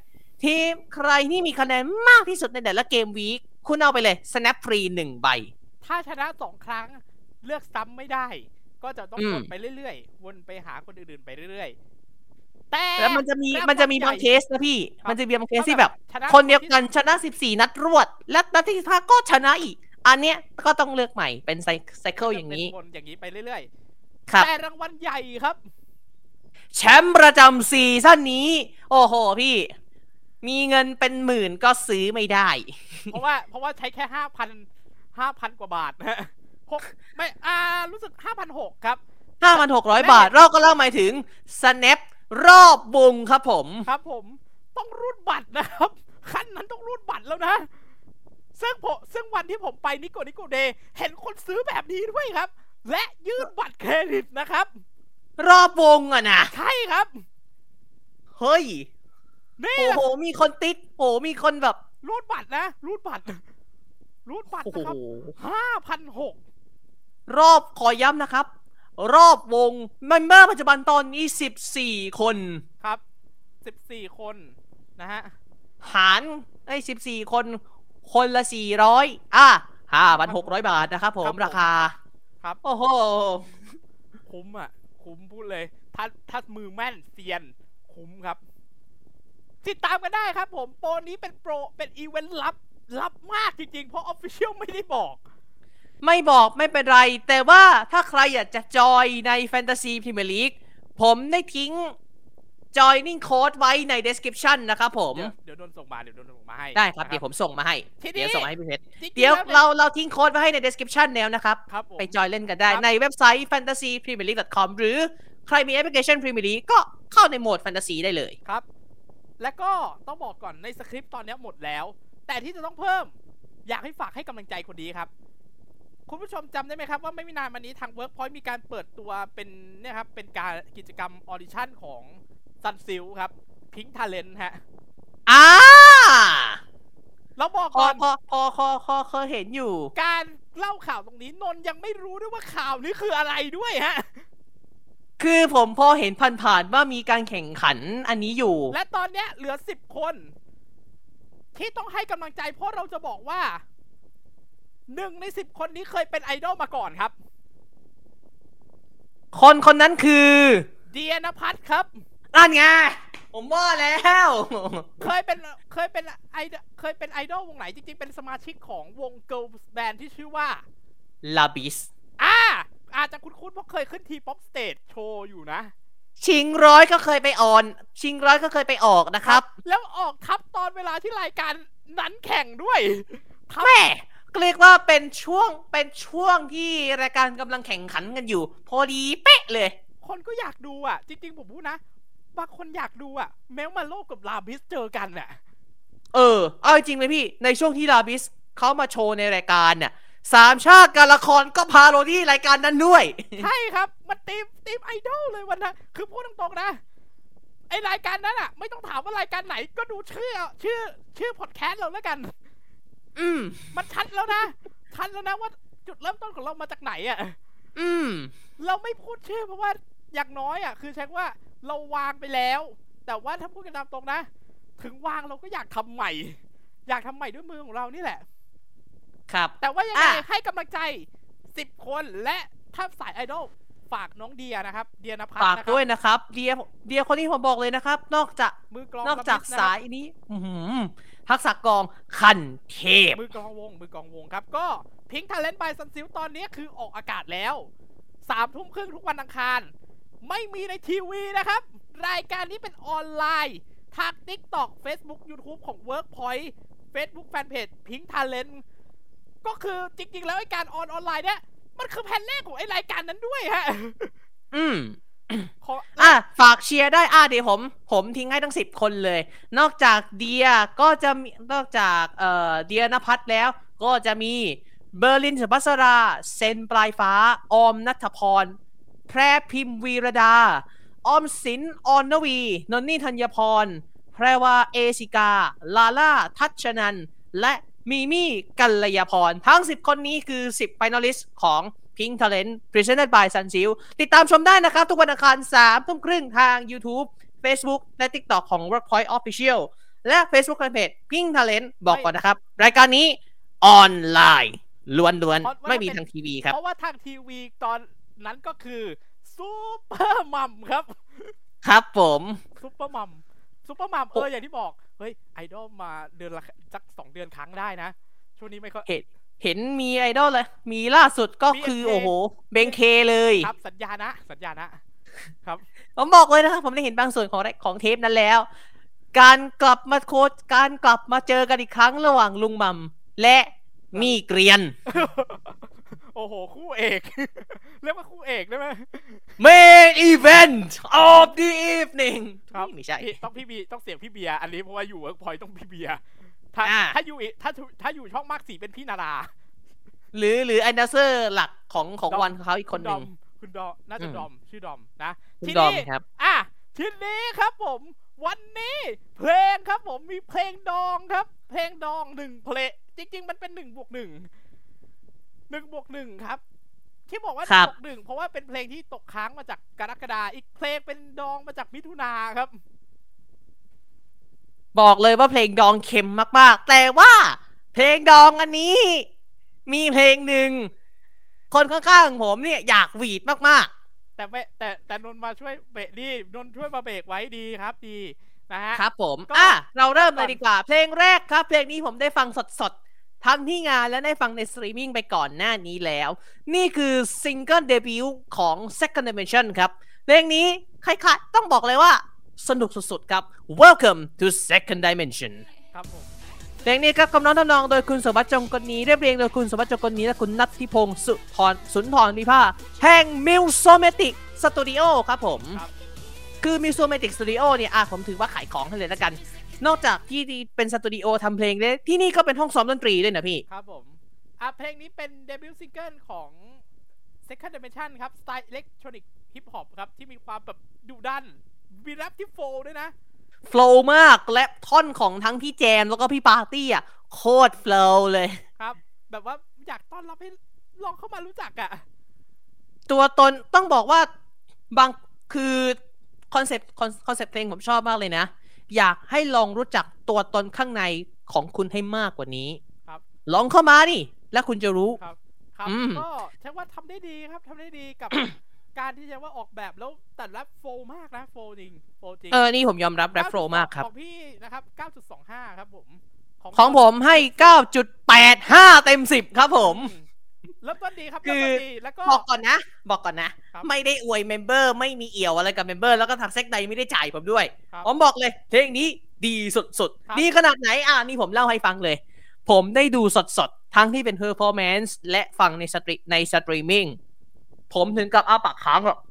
ทีมใครที่มีคะแนนมากที่สุดในแต่ละเกมวีคคุณเอาไปเลย snap ฟรีหนึ่งใบถ้าชนะสองครั้งเลือกซ้ำไม่ได้ก็จะต้องอืมวนไปเรื่อยๆวนไปหาคนอื่นๆไปเรื่อยๆแต่แล้วมันจะมีรางวัลมันจะมีบางใหญ่เคสนะพี่ครับมันจะมีบางเคสถ้าที่แบบชนะคนเดียวคนที่กันชนะสิบสี่นัดรวด และนัดที่สิบห้าก็ชนะอีก อันเนี้ยก็ต้องเลือกใหม่เป็นไซเคิลอย่างนี้นี้วนอย่างนี้ไปเรื่อยครับๆแต่รางวัลใหญ่ครับแชมป์ประจำซีซั่นนี้ โอ้โหพี่ มีเงินเป็นหมื่นก็ซื้อไม่ได้เพราะว่าเพราะว่าใช้แค่ห้าพันห้าพันกว่าบาทนะฮะหกไม่อ่ารู้สึกห้าพันหกครับห้าพันหกร้อย บาท เราก็เล่าหมายถึง snap รอบวงครับผมครับผมต้องรูดบัตรนะครับขั้นนั้นต้องรูดบัตรแล้วนะซึ่งผมซึ่งวันที่ผมไปนิโกนิโกเดย์เห็นคนซื้อแบบนี้ด้วยครับ และยื่นบัตรเครดิตนะครับรอบวงอะนะใช่ครับเฮ้ยนี่โอ้โห มีคนติ๊กโอ้โหมีคนแบบรูดบัตรนะรูดบัตรรูดบัตรโอ้โหนะครับห้าพันหกรอบขอย้ำนะครับ รอบวงเมมเบอร์ปัจจุบันตอนนี้สิบสี่คนครับสิบสี่คนนะฮะหารไอ้สิบสี่คน คนละสี่ร้อยอ่ะห้าพันหกร้อยบาทนะครับผมราคาครับโอ้โหคุ้มอ่ะ คุ้มพูดเลย ถ้าถ้ามือแม่นเซียน คุ้มครับ ติดตามกันได้ครับผมโปรนี้เป็นโปรเป็นอีเวนต์ลับ ลับมากจริงๆ เพราะ Official ไม่ได้บอกไม่บอกไม่เป็นไร แต่ว่าถ้าใครอยากจะจอยใน Fantasy Premier League ผมได้ทิ้ง joining code ไว้ใน description นะครับผมเดี๋ยวเดี๋ยวโดนส่งมาเดี๋ยวโดนส่งมาให้ได้ครับนะเดี๋ยวผมส่งมาให้ทีนี้เดี๋ยวส่งมาให้พี่เพชรจริงๆเดี๋ยวแล้วนี่เราเราทิ้งโค้ดไว้ให้ใน description แล้วนะครับครับผมไปจอยเล่นกันได้ครับในเว็บไซต์ fantasy premier league dot com หรือใครมีแอปพลิเคชัน Premier League ก็เข้าในโหมด Fantasy ได้เลยครับ และก็ต้องบอกก่อนในสคริปต์ตอนนี้หมดแล้ว แต่ที่จะต้องเพิ่ม อยากให้ฝากให้กำลังใจคนนี้ครับ คุณผู้ชมจำได้ไหมครับว่าไม่นานมานี้ทาง Workpoint มีการเปิดตัวเป็นเนี่ยครับเป็นการกิจกรรมออดิชั่นของซันซิลครับพิงค์ทาเลนต์ฮะอ่าเราบอกพอก่อนพอพอพอพอเคยเห็นอยู่การเล่าข่าวตรงนี้นนท์ยังไม่รู้ด้วยว่าข่าวนี้คืออะไรด้วยฮะคือผมพอเห็นผ่านๆว่ามีการแข่งขันอันนี้อยู่และตอนเนี้ยเหลือสิบคน ที่ต้องให้กำลังใจเพราะเราจะบอกว่าหนึ่งในสิบคนนี้เคยเป็นไอดอลมาก่อนครับคนคนนั้นคือเดียนภัทรครับนั่นไง ผมว่าแล้วเคยเป็นเคยเป็นไอดเคยเป็นไอดอลวงไหนจริงๆเป็นสมาชิกของวง Girls Band ที่ชื่อว่าลาบิสอ่าอาจจะคุ้นๆเพราะเคยขึ้นทีป๊อปสเตจโชว์อยู่นะชิงร้อยก็เคยไปออน ชิงร้อยก็เคยไปออกนะครับแล้วออกทับตอนเวลาที่รายการนั้นแข่งด้วยทับแม่เรียกว่าเป็นช่วงเป็นช่วงที่รายการกำลังแข่งขันกันอยู่ พอดีเป๊ะเลยคนก็อยากดูอ่ะ จริงๆผมพูดนะบางคนอยากดูอ่ะแมวมาโลกับลาบิสเจอกันอ่ะเออ เอาจริงเลยพี่ ในช่วงที่ลาบิสเขามาโชว์ในรายการเนี่ยสามชาติการละครก็พาโรที่รายการนั้นด้วยใช่ครับ มันทีมทีมไอดอลเลยวันนั้นคือพูดตรงๆนะ ไอรายการนั้นอ่ะ ไม่ต้องถามว่ารายการไหนก็ดูชื่อชื่อชื่อพอดแคสต์เราแล้วกันอืมมันชัดแล้วนะชัดแล้วนะว่าจุดเริ่มต้นของเรามาจากไหนอ่ะอืมเราไม่พูดชื่อเพราะว่าอย่างน้อยอ่ะคือใช้ว่าเราวางไปแล้ว แต่ว่าถ้าพูดกันตามตรงนะ ถึงวางเราก็อยากทำใหม่ อยากทำใหม่ด้วยมือของเรานี่แหละครับแต่ว่ายังไงอ่ะให้กำลังใจสิบคนและถ้าสายไอดอลฝากน้องเดียนะครับ เดียนภัทรฝากนะคด้วยรับนะครับ เดียเดียคนนี้ผมบอกเลยนะครับ นอกจากมือกลองนอกจากระบิดะครับสายนี้อื้อหือทักษะกองคันเทพมือกลองวง มือกลองวงครับ ก็พิงค์ทาเลนต์บายซันซิลตอนนี้คือออกอากาศแล้วสามทุ่มครึ่งทุกวันอังคาร ไม่มีในทีวีนะครับ รายการนี้เป็นออนไลน์ทาง TikTok Facebook YouTube ของ Workpoint Facebook Fanpage พิงค์ทาเลนต์ก็คือจริงๆแล้วไอการออนออนไลน์เนี่ยมันคือแผ่นแรกของไอรายการนั้นด้วยฮะอืมขออ่ะฝากเชียร์ได้อ่ะเดี๋ยวผมผมทิ้งให้ทั้งสิบคนเลย นอกจากเดียก็จะมีนอกจากเอ่อเดียนภัทรแล้ว ก็จะมีเบอร์ลินสุภัสรา เซนปลายฟ้า ออมนัทพร แพรพิมพ์วีรดา ออมสินออนนวี นนนี่ธัญพร แพรวาเอซิกา ลาล่าทัชนัน และมีมี่กัลยาพร ทั้งสิบคนนี้คือสิบ finalist ของ Pink Talent Presented by Sunsil ติดตามชมได้นะครับ ทุกวันอังคารสามทุ่มครึ่งทาง YouTube Facebook และ TikTok ของ Workpoint Official และ Facebook Fanpage Pink Talent บอกก่อนนะครับ รายการนี้ออนไลน์ล้วนๆไม่มีทางทีวีครับเพราะว่าทางทีวีตอนนั้นก็คือซูเปอร์มัมครับครับผมซูเปอร์มัมซูเปอร์มัมเอออย่างที่บอกเฮ้ยไอดอลมาเดือนละสักสองเดือนครั้งได้นะช่วงนี้ไม่ค่อยเห็นเห็นมีไอดอลเลยมีล่าสุดก็คือโอ้โหเบงเคเลยครับสัญญานะสัญญานะครับผมบอกเลยนะครับผมได้เห็นบางส่วนของของเทปนั้นแล้วการกลับมาโคจการกลับมาเจอกันอีกครั้งระหว่างลุงมัมและมีเกรียนโอ้โหคู่เอกเรียกว่าคู่เอกได้ไหม Main event of the evening ครับไม่ใช่ต้องพี่บีต้องเสียงพี่เบียร์อันนี้เพราะว่าอยู่เวิร์กพอยต์ต้องพี่เบียร์ถ้าถ้าอยู่ถ้าถ้าอยู่ช่องมากสีเป็นพี่นาราหรือหรือไอนัสเซอร์หลักของของวันเขาอีกคนหนึ่งคุณดอมน่าจะดอมชื่อดอมนะทีนี้ครับอ่ะทีนี้ครับผมวันนี้เพลงครับผมมีเพลงดองครับเพลงดองหนึ่งเพลงจริงๆมันเป็นหนึ่งบวกหนึ่งหนึ่งบวกหนึ่งครับที่บอกว่าหนึ่งบวกหนึ่งเพราะว่าเป็นเพลงที่ตกค้างมาจากกรกฎาคมอีกเพลงเป็นดองมาจากมิถุนาครับบอกเลยว่าเพลงดองเค็มมากๆแต่ว่าเพลงดองอันนี้มีเพลงหนึ่งคนข้างๆผมเนี่ยอยากหวีดมากๆแต่แต่แต่นนมาช่วยเบรกดีนนช่วยมาเบรกไว้ดีครับดีนะฮะครับผมอ่ะเราเริ่มเลยดีกว่าเพลงแรกครับเพลงนี้ผมได้ฟังสดๆทั้งที่งานและได้ฟังในสตรีมมิ่งไปก่อนหน้านี้แล้วนี่คือซิงเกิลเดบิวต์ของ Second Dimension ครับเพลงนี้ใครๆต้องบอกเลยว่าสนุกสุดๆครับ Welcome to Second Dimension ครับผมเพลงนี้ครับกำลังทำนองโดยคุณสมบัติจงกลนีเรียบเรียงโดยคุณสมบัติจงกลนีและคุณนัทธิพงศ์สุธรสุนทรวิภาแห่ง Musomatic Studio ครับผมคือ Musomatic Studio เนี่ยอ่ะผมถือว่าขายของให้เลยแล้วกันนอกจากที่เป็นสตูดิโอทำเพลงแล้วที่นี่ก็เป็นห้องซ้อมดนตรีด้วยนะพี่ครับผมอ่ะเพลงนี้เป็นเดบิวต์ซิงเกิลของ Second Dimension ครับสไตล์อิเล็กทรอนิกส์ฮิปฮอปครับที่มีความแบบดุดันมีแรปที่โฟล์ด้วยนะโฟล์มากและท่อนของทั้งพี่แจมแล้วก็พี่ปาร์ตี้อ่ะโคตรโฟล์เลยครับแบบว่าอยากต้อนรับให้ลองเข้ามารู้จักอ่ะตัวตนต้องบอกว่าบางคือคอนเซ็ปต์คอนเซ็ปต์เพลงผมชอบมากเลยนะอยากให้ลองรู้จักตัวตนข้างในของคุณให้มากกว่านี้ครับลองเข้ามาดิแล้วคุณจะรู้ครับครับก็ใช่ว่าทำได้ดีครับทำได้ดีกับ การที่จะว่าออกแบบแล้วแต่แรปโฟล์มากนะโฟล์จริงโฟล์จริงเออนี่ผมยอมรับแรปโฟล์มากครับของพี่นะครับ เก้าจุดสองห้า ครับผมของผมให้ เก้าจุดแปดห้า เต็มสิบครับผมเริ่มต้นดีครับเริ่มต้นดีแล้วก็บอกก่อนนะบอกก่อนนะไม่ได้อวยเมมเบอร์ไม่มีเอี่ยวอะไรกับเมมเบอร์แล้วก็ทางเซ็กใดไม่ได้จ่ายผมด้วยผมบอกเลยเพลงนี้ดีสุดๆดีขนาดไหนอ่ะนี่ผมเล่าให้ฟังเลยผมได้ดูสดๆทั้งที่เป็นเพอร์ฟอร์แมนซ์และฟังในสตรีในสตรีมมิ่งผมถึงกับอ้าปากค้างอ่ะ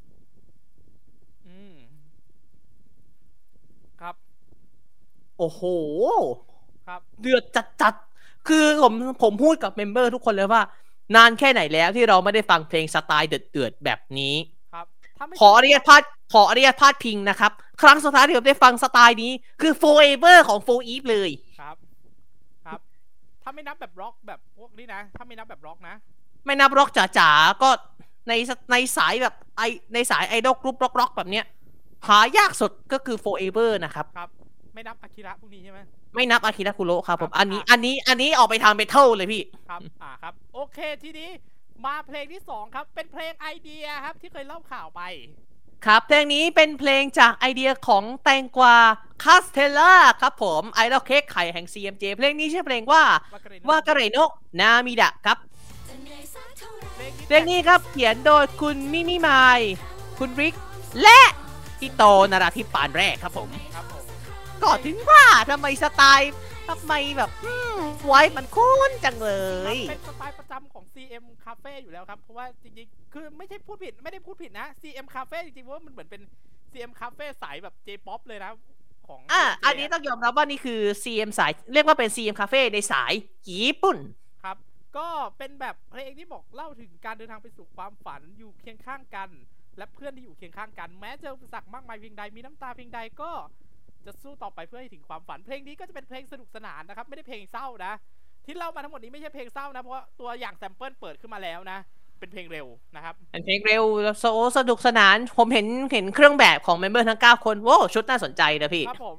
ครับโอ้โหครับเดือดจัดๆคือผมผมพูดกับเมมเบอร์ทุกคนเลยว่านานแค่ไหนแล้วที่เราไม่ได้ฟังเพลงสไตล์เดือดๆแบบนี้ครับขออนุญาตพาดขออนุญาตพาดพิงนะครับครั้งสุดท้ายที่ผมได้ฟังสไตล์นี้คือ Forever ของ โฟร์ Eve เลยครับครับถ้าไม่นับแบบร็อกแบบพวกนี้นะถ้าไม่นับแบบร็อกนะไม่นับร็อกจ๋าๆก็ในในสายแบบไอในสายไอดอลกรุ๊ปร็อกๆแบบเนี้ยหายากสุดก็คือ Forever นะครับครับไม่นับอากิระพวกนี้ใช่ไหมไม่นับอากิระคุโระครับผมอันนี้อันนี้อันนี้ออกไปทางเมทัลเลยพี่ครับอ่าครับโอเคทีนี้มาเพลงที่สองครับเป็นเพลงไอเดียครับที่เคยเล่าข่าวไปครับเพลงนี้เป็นเพลงจากไอเดียของแตงกวาคาสเทล่าครับผมไอดอลเค้กไข่แห่ง ซี เอ็ม เจ เพลงนี้ชื่อเพลงว่าวากาเรโนะนามิดะครับเพลงนี้ครับเขียนโดยคุณมิมิมายคุณริกและพี่โตนาราธิปปานแรกครับผมก็ถึงว่าทำไมสไตล์ทำไมแบบไว้มันคุ้นจังเลยเป็นสไตล์ประจำของ ซี เอ็ม Cafe อยู่แล้วครับเพราะว่าจริงๆคือไม่ใช่พูดผิดไม่ได้พูดผิดนะ ซี เอ็ม Cafe จริงๆว่ามันเหมือนเป็น ซี เอ็ม Cafe สายแบบ J-pop เลยนะของอ่ะอันนี้ต้องยอมรับว่านี่คือ ซี เอ็ม สายเรียกว่าเป็น ซี เอ็ม Cafe ในสายญี่ปุ่นครับก็เป็นแบบเพลงที่บอกเล่าถึงการเดินทางไปสู่ความฝันอยู่เคียงข้างกันและเพื่อนที่อยู่เคียงข้างกันแม้เจออุปสรรคมากมายเพียงใดมีน้ำตาเพียงใดก็จะสู้ต่อไปเพื่อให้ถึงความฝันเพลงนี้ก็จะเป็นเพลงสนุกสนานนะครับไม่ได้เพลงเศร้านะที่เล่ามาทั้งหมดนี้ไม่ใช่เพลงเศร้านะเพราะว่าตัวอย่างแซมเปิลเปิดขึ้นมาแล้วนะเป็นเพลงเร็วนะครับเป็นเพลงเร็วโซสนุกสนานผมเห็นเห็นเครื่องแบบของเมมเบอร์ทั้งเก้าคนโว้ชุดน่าสนใจนะพี่ครับผม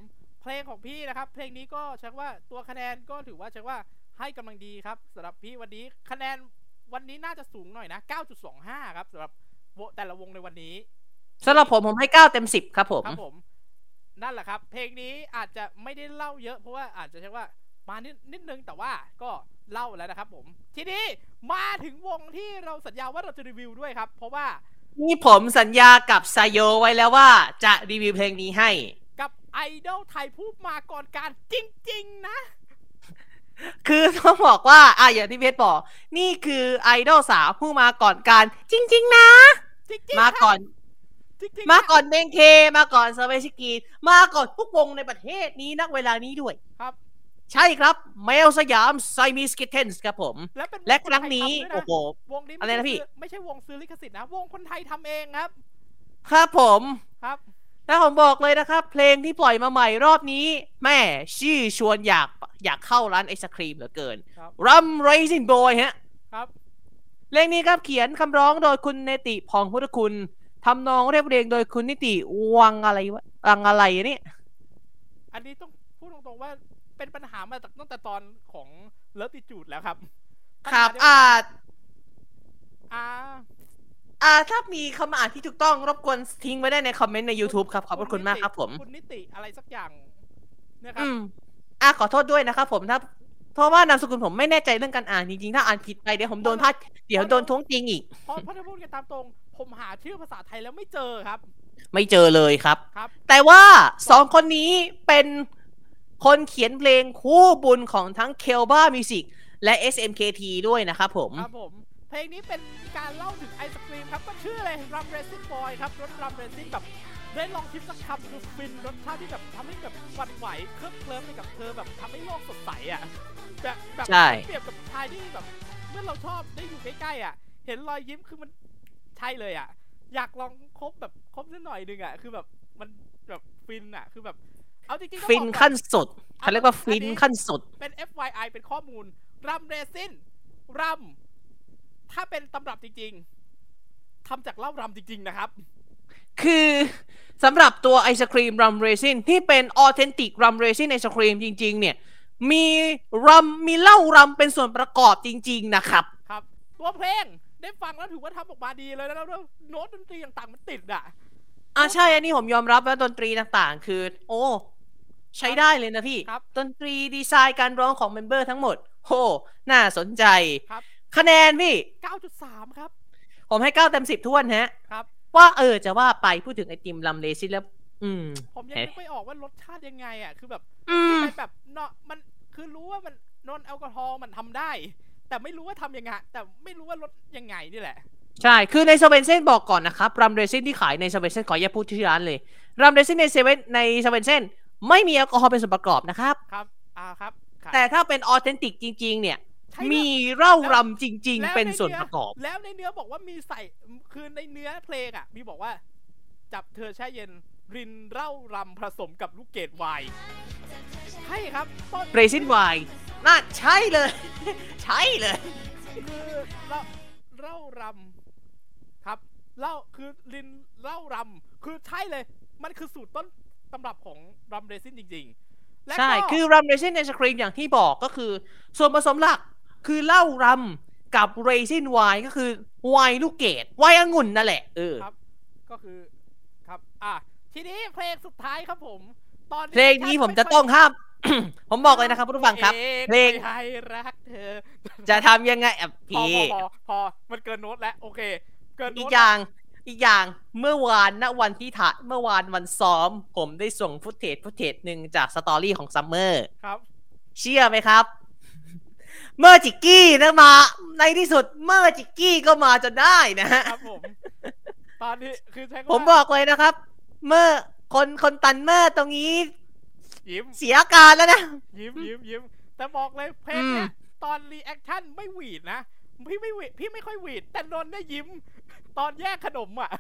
เพลงของพี่นะครับเพลงนี้ก็เช็คว่าตัวคะแนนก็ถือว่าเช็คว่าให้กำลังดีครับสำหรับพี่วันนี้คะแนนวันนี้น่าจะสูงหน่อยนะ เก้าจุดสองห้า ครับสำหรับแต่ละวงในวันนี้สำหรับผมผมให้เก้าเต็มสิบครับผมครับผมนั่นแหละครับเพลงนี้อาจจะไม่ได้เล่าเยอะเพราะว่าอาจจะเช็คว่ามานิดนิดนึงแต่ว่าก็เล่าแล้วนะครับผมทีนี้มาถึงวงที่เราสัญญาว่าเราจะรีวิวด้วยครับเพราะว่านี่ผมสัญญากับไซโยไว้แล้วว่าจะรีวิวเพลงนี้ให้กับไอดอลไทยผู้มาก่อนการจริงๆนะคือต้องบอกว่าอ่ะอย่างที่เพชรบอกนี่คือไอดอลสาวผู้มาก่อนการจริงๆนะจริงๆมาก่อนมาก่อนเบงเคมาก่อนเซอร์เวชิกีมาก่อนทุกวงในประเทศนี้นักเวลานี้ด้วยครับใช่ครับเมลสยามไซมิสกิเทนส์ครับผมและ, และครั้งนี้โอ้โหวงนี้อะไรนะพี่ไม่ใช่วงซื้อลิขสิทธิ์นะวงคนไทยทำเองครับครับผมครับแล้วผมบอกเลยนะครับเพลงที่ปล่อยมาใหม่รอบนี้แม่ชื่อชวนอยากอยากเข้าร้านไอศครีมเหลือเกินรัมไรซินบอยฮะครับเพลงนี้ครับเขียนคำร้องโดยคุณเนติพองพุทธคุณทำนองเรียบเรียงโดยคุณนิติวังอะไรวะวังอะไรเนี่ยอันนี้ต้องพูดตรงๆว่าเป็นปัญหามาตั้งแต่ตอนของเลิฟติจูดแล้วครับครับอ่าอ่าอ่าถ้ามีคำอ่านที่ถูกต้องรบกวนทิ้งไว้ได้ในคอมเมนต์ใน YouTube ครับขอบคุณมากครับผมคุณนิติอะไรสักอย่างนะครับอืมอ่าขอโทษด้วยนะครับผมถ้าเพราะว่านามสกุลผมไม่แน่ใจเรื่องการอ่านจริงๆถ้าอ่านผิดไปเดี๋ยวผมโดนพาดเดี๋ยวโดนท้วงจริงอีกเพราะเพราะถ้าพูดกันตามตรงผมหาชื่อภาษาไทยแล้วไม่เจอครับไม่เจอเลยครับครับแต่ว่าสองคนนี้เป็นคนเขียนเพลงคู่บุญของทั้ง Kelba Music และ เอส เอ็ม เค ที ด้วยนะครับผมครับผมเพลงนี้เป็นการเล่าถึงไอศครีมครับก็ชื่ออะไรรัมเรซิ่งบอยครับรสรัมเรซิ่งแบบได้ลองคิดสักคำดูฟินรสชาติที่แบบทำให้แบบหวั่นไหวเคลิ้มเคลิ้มไปกับเธอแบบทำให้โลกสดใสอ่ะแบบแบบเปรียบกับชายที่แบบเมื่อเราชอบได้อยู่ใกล้ๆอ่ะเห็นรอยยิ้มคือมันใช่เลยอ่ะอยากลองคบแบบคบนิดหน่อยนึงอ่ะคือแบบมันแบบฟินอ่ะคือแบบเอาจริงๆฟินขั้นสุดเขาเรียกว่าฟินขั้นสุดเป็น เอฟ วาย ไอ เป็นข้อมูลรัมเรซินรัมถ้าเป็นตำรับจริงๆทำจากเหล้ารำจริงๆนะครับคือสำหรับตัวไอศครีมรัมเรซินที่เป็นออเทนติกรัมเรซินไอศครีมจริงๆเนี่ยมีรัมมีเหล้ารำเป็นส่วนประกอบจริงๆนะครับครับตัวเพลงได้ฟังแล้วถือว่าทำออกมาดีเลยแล้วโน้ตดนตรีต่างๆมันติดอ่ะอ่าใช่อันนี้ผมยอมรับว่าดนตรีต่างๆคือโอ้ใช้ได้เลยนะพี่ดนตรีดีไซน์การร้องของเมมเบอร์ทั้งหมดโหน่าสนใจคะแนนพี่เก้าจุดสาม ครับผมให้เก้าเต็มสิบท้วนฮะครับว่าเออจะว่าไปพูดถึงไอติมรัมเรซินแล้วอืมผมยังนึกไม่ออกว่ารสชาติยังไงอ่ะคือแบบเป็นแบบเนาะมันคือรู้ว่ามันนอนแอลกอฮอล์มันทำได้แต่ไม่รู้ว่าทำยังไงแต่ไม่รู้ว่ารสยังไงนี่แหละใช่คือในเซเว่นเซ่นบอกก่อนนะครับรัมเรซินที่ขายในเซเว่นเซ่นขออย่าพูดที่ร้านเลยรัมเรซินในเซเว่นในเซเว่นเซ่นไม่มีแอลกอฮอล์เป็นส่วนประกอบนะครับครับอ่าครับแต่ถ้าเป็นออเทนติกจริงๆเนี่ยมีเหล้ารำจริงๆเป็นส่วนประกอบแล้วในเนื้อบอกว่ามีใส่คือในเนื้อเพลงอ่ะมีบอกว่าจับเธอแช่เย็นรินเหล้ารำผสมกับลูกเกดไวน์ใช่ครับเรซินไวน์น่าใช่เลยใช่เลยคือเหล้าเหล้ารำครับเหล้าคือรินเหล้ารำคือใช่เลยมันคือสูตรต้นตำรับของรัมเรซินจริงๆใช่คือรัมเรซินไอศครีมอย่างที่บอกก็คือส่วนผสมหลักคือเหล้ารำกับเรซินไวน์ก็คือไวน์ลูกเกดไวน์องุ่นนั่นแหละเออครับก็คือครับอ่ะทีนี้เพลงสุดท้ายครับผมตอนเพลงนี้ผมจะต้องห้าม ผมบอกเลยนะครับผู้ฟังครับเพลงให้รักเธอจะทำยังไงอ่ะพี่พอพอมันเกินโน้ตแล้วโอเคเกินโน้ตอีกอย่างอีกอย่างเมื่อวานณวันที่ถ่ายเมื่อวานวันซ้อมผมได้ส่งฟุตเทจฟุตเทจหนึ่งจากสตอรี่ของซัมเมอร์ครับเชื่อไหมครับเมื่อจิกกี้นะมาในที่สุดเมื่อจิกกี้ก็มาจนได้นะฮะครับผมตอนนี้คือใช้ผมบอกเลยนะครับเมื่อคนคนตันเมื่อตรงนี้ยิ้มเสียการแล้วนะยิ้มยิ้มยิ้มแต่บอกเลยเพลงเนี้ยตอนรีแอคชั่นไม่หวีดนะพี่ไม่หวีดพี่ไม่ค่อยหวีดแต่นนท์ได้ยิ้มตอนแยกขนมอ่ะ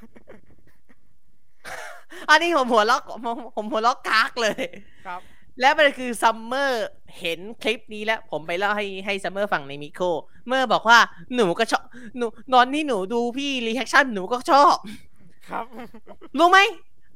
อันนี้ผมหัวล็อกผมหัวล็อกกากเลยครับและมันคือซัมเมอร์เห็นคลิปนี้แล้วผมไปเล่าให้ให้ซัมเมอร์ฟังในมิโครเมื่อบอกว่าหนูก็ชอบหนูนอนที่หนูดูพี่รีแอคชั่นหนูก็ชอบครับรู้ไหม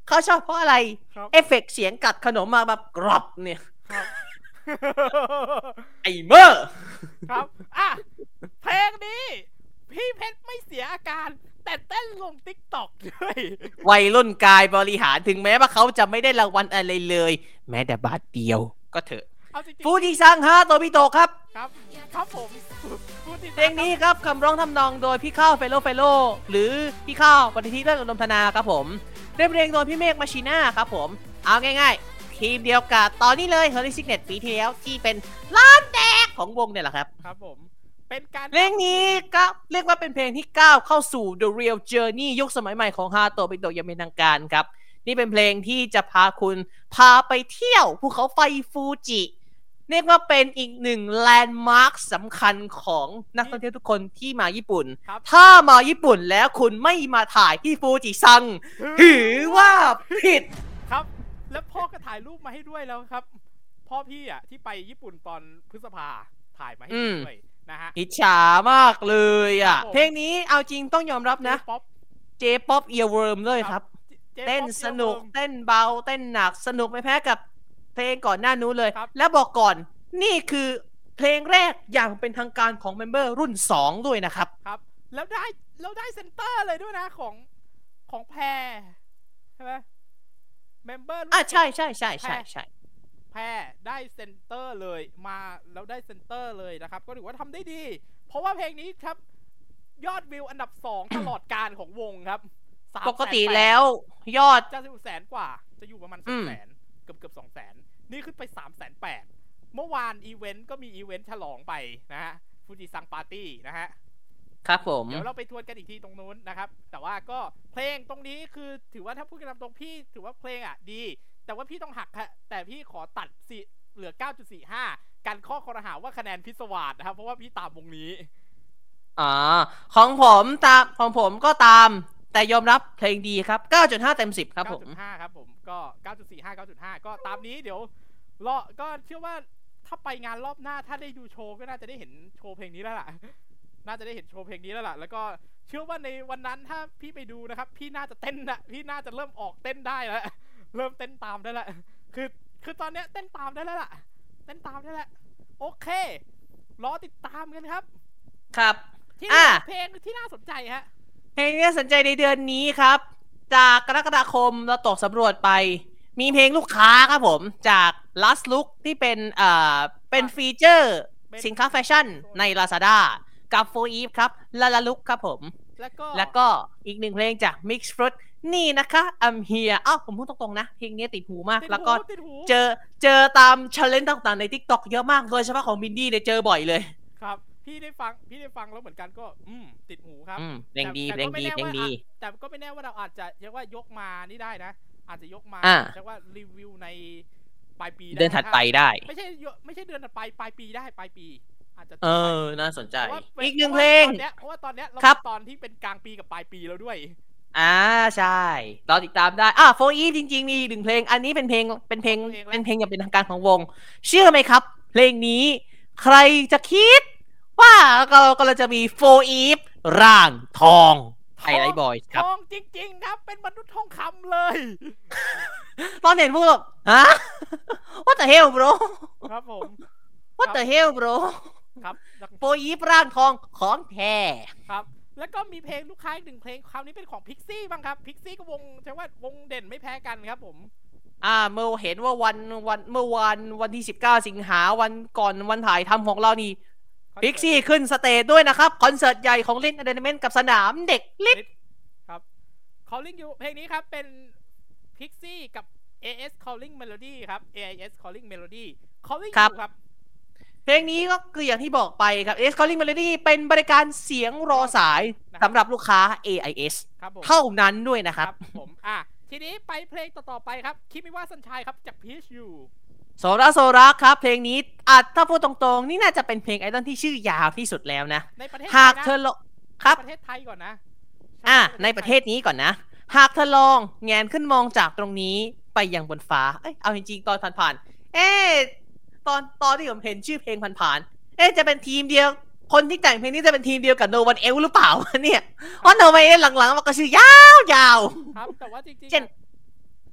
เขาชอบเพราะอะไรครับเอฟเฟกต์เสียงกัดขนมมาแบบกรอบเนี่ยครับไอเมอร์ครับอ่ะเพลงนี้ พี่เพชรไม่เสียอาการ แต่เต้นลงติ๊กต็อกด้วยวัยรุ่นกายบริหารถึงแม้ว่าเขาจะไม่ได้รางวัลอะไรเลย แม้แต่บาทเดียวก็เถอะเอาจริงๆฟูจิซังฮะโตบิโตะครับครับครับผมพูดที่เพลงนี้ครับคำร้องทำนองโดยพี่ข้าวเฟโลเฟโลหรือพี่ข้าวปฏิทินเลิศอุดมธนาครับผมเรียบเรียงโดยพี่เมฆมาชิน่าครับผมเอาง่ายๆ ทีมเดียวกับตอนนี้เลย Holy Signet ปีที่แล้วที่เป็นล้านแตกของวงเนี่ยแหละครับครับผมเป็นการเพลงนี้ก็เรียกว่าเป็นเพลงที่ก้าวเข้าสู่ The Real Journey ยุคสมัยใหม่ของฮาโตะบิโตะอยังเป็นทางการครับนี่เป็นเพลงที่จะพาคุณพาไปเที่ยวภูเขาไฟฟูจิเรียกว่าเป็นอีกหนึ่งแลนด์มาร์คสำคัญของนักท่องเที่ยวทุกคนที่มาญี่ปุ่น ถ้ามาญี่ปุ่นแล้วคุณไม่มาถ่ายที่ฟูจิซังถือว่าผิดครับ แล้วพ่อก็ถ่ายรูปมาให้ด้วยแล้วครับ พ่อพี่อ่ะที่ไปญี่ปุ่นตอนพฤษภาถ่ายมาให้ดูด้วยนะฮะอิจฉามากเลยอ่ะครับผมเพลงนี้เอาจริงต้องยอมรับนะป๊อป J-pop Earworm เลยครับ J-pop เต้นสนุก Earworm เต้นเบาเต้นหนักสนุกไม่แพ้กับเพลงก่อนหน้านู้นเลยครับและบอกก่อนนี่คือเพลงแรกอย่างเป็นทางการของเมมเบอร์รุ่นสองด้วยนะครับครับ แล้วได้แล้วได้เซนเตอร์เลยด้วยนะของของแพรใช่ไหมเมมเบอร์อ่ะใช่ใช่ใช่ใช่ใช่แพรได้เซนเตอร์เลยมาแล้วได้เซนเตอร์เลยนะครับ ก็ถือว่าทำได้ดี เพราะว่าเพลงนี้ครับ ยอดวิวอันดับสองตลอดการของวงครับปกติแล้วยอดจะอยู่แสนกว่า จะอยู่ประมาณสอืองมแสนเกือบเกือบสองแสนนี่ขึ้นไปสามแสนแปดเมื่อวานอีเวนต์ก็มีอีเวนต์ฉลองไปนะฮะฟูจิซังปาร์ตี้นะฮะครับผมเดี๋ยวเราไปทวนกันอีกทีตรงนู้นนะครับ แต่ว่าก็เพลงตรงนี้คือถือว่าถ้าพูดกันตามตรงพี่ถือว่าเพลงอ่ะดี แต่ว่าพี่ต้องหักฮะแต่พี่ขอตัดสิเหลือ เก้าจุดสี่ห้า กันข้อคอรหาว่าคะแนนพิศวาสนะครับเพราะว่าพี่ตามวงนี้อ๋อของผมตามของผมก็ตามแต่ยอมรับเพลงดีครับ เก้าจุดห้า เต็มสิบครับผมเก้าจุดห้า ครับผมก็ เก้าจุดสี่ห้า เก้าจุดห้า ก็ตามนี้เดี๋ยวรอก็เชื่อว่าถ้าไปงานรอบหน้าถ้าได้ดูโชว์ก็น่าจะได้เห็นโชว์เพลงนี้แล้วล่ะ น่าจะได้เห็นโชว์เพลงนี้แล้วล่ะแล้วก็เชื่อว่าในวันนั้นถ้าพี่ไปดูนะครับพี่น่าจะเต้นนะพี่น่าจะเริ่มออกเต้นได้แล้ว เริ่มเต้นตามได้แล้วคือคือตอนเนี้ยเต้นตามได้แล้วล่ะเต้นตามได้แล้วโอเครอติดตามกันครับครับที่อ่ะเพลงที่น่าสนใจฮะเพลงที่น่าสนใจในเดือนนี้ครับ จากกรกฎาคมเราตกสำรวจไป มีเพลงลูกค้าครับผม จาก Last Look ที่เป็นเอ่อเป็นฟีเจอร์เป็นสินค้าแฟชั่นใน Lazada กับ โฟร์ Eve ครับ Lala Look ครับผมแล้วก็แล้วก็อีกหนึ่งเพลงจาก Mix Fruit นี่นะคะ I'm Here อ้าวผมพูดตรงๆนะ เพลงนี้ติดหูมากติดหูแล้วก็ติดหูเจอเจอตาม challenge ต่างๆใน TikTok เยอะมาก โดยเฉพาะของมินดี้เนี่ยเจอบ่อยเลยครับพี่ได้ฟังพี่ได้ฟังแล้วเหมือนกันก็ อืมติดหูครับอืมเพลงดีแต่เพลงดีแต่ก็เพลไม่งแน่ดีว่าอ่ะแต่ก็ไม่แน่ว่าเราอาจจะเรียกว่ายกมานี่ได้นะ อาจจะยกมาอ่าเรียกว่ารีวิวในปลายปีเดือนถัดไปได้ไม่ใช่ยไม่ใช่เดือนถัดไปปลายปีได้ปลายปี อาจจะเออ น่าสนใจเพราะว่าอีกหนึ่งเพลงเพราะว่าตอนเนี้ยเพราะว่าตอนเนี้ยเราครับตอนที่เป็นกลางปีกับปลายปีแล้วด้วยอ่าใช่รอติดตามได้อ่ะโฟอีฟจริงๆ มีหนึ่งเพลง อันนี้เป็นเพลงเป็นเพลงเพลงอะไรเป็นเพลงอย่างเป็นทางการของวง เชื่อไหมครับ เพลงนี้ ใครจะคิด ว่าเรากำลังจะมีโฟอีฟร่างทองไฮไลท์บอยครับทองจริง ๆ ครับ เป็นมนุษย์ทองคำเลยตอนเห็นพวกแบบฮะ What the hell bro ครับผม What the hell bro ครับโฟอีฟร่างทองของแท้ครับ แล้วก็มีเพลงลูกค้าอีกหนึ่งเพลงคราวนี้เป็นของพิกซี่บ้างครับพิกซี่ก็วงใช่ว่าวงเด่นไม่แพ้กันครับผมอ่าเมื่อเห็นว่าวันวันเมื่อวันวันที่สิบเก้าสิงหาวันก่อนวันถ่ายทำของเรานี่พิกซี่ขึ้นสเตจด้วยนะครับ คอนเสิร์ตใหญ่ของลินเอนเตอร์เทนเมนต์กับสนามเด็กลิศครับ Calling You เพลงนี้ครับเป็นพิกซี่กับ เอ เอส Calling Melody ครับ เอ ไอ เอส Calling Melody Calling You ครับเพลงนี้ก็คืออย่างที่บอกไปครับ เอ เอส Calling Melody เป็นบริการเสียงรอสายสำหรับลูกค้า เอ ไอ เอสครับผมเท่านั้นด้วยนะครับผมอ่ะทีนี้ไปเพลงต่อๆไปครับคิดไม่ว่าสัญชัยครับจาก พี เอช ยูโซราโซราครับ เพลงนี้อาจถ้าพูดตรงๆ นี่น่าจะเป็นเพลงไอดอลที่ชื่อยาวที่สุดแล้วนะในประเทศหากไทยนะเธอลครับประเทศไทยก่อนนะอ่ะในประเทศนี้ก่อนนะ หากเธอลองแงนขึ้นมองจากตรงนี้ไปยังบนฟ้า เอ้ยเอาจริงๆตอนผ่านๆเอ๊ะตอนตอนที่ผมเห็นชื่อเพลงผ่านๆเอ๊ะจะเป็นทีมเดียว คนที่แต่งเพลงนี้จะเป็นทีมเดียวกับ No One Else หรือเปล่าเนี่ยเพราะ No One Else หลังๆมันก็ชื่อยาวยาวครับแต่ว่าจริงๆเช่นอ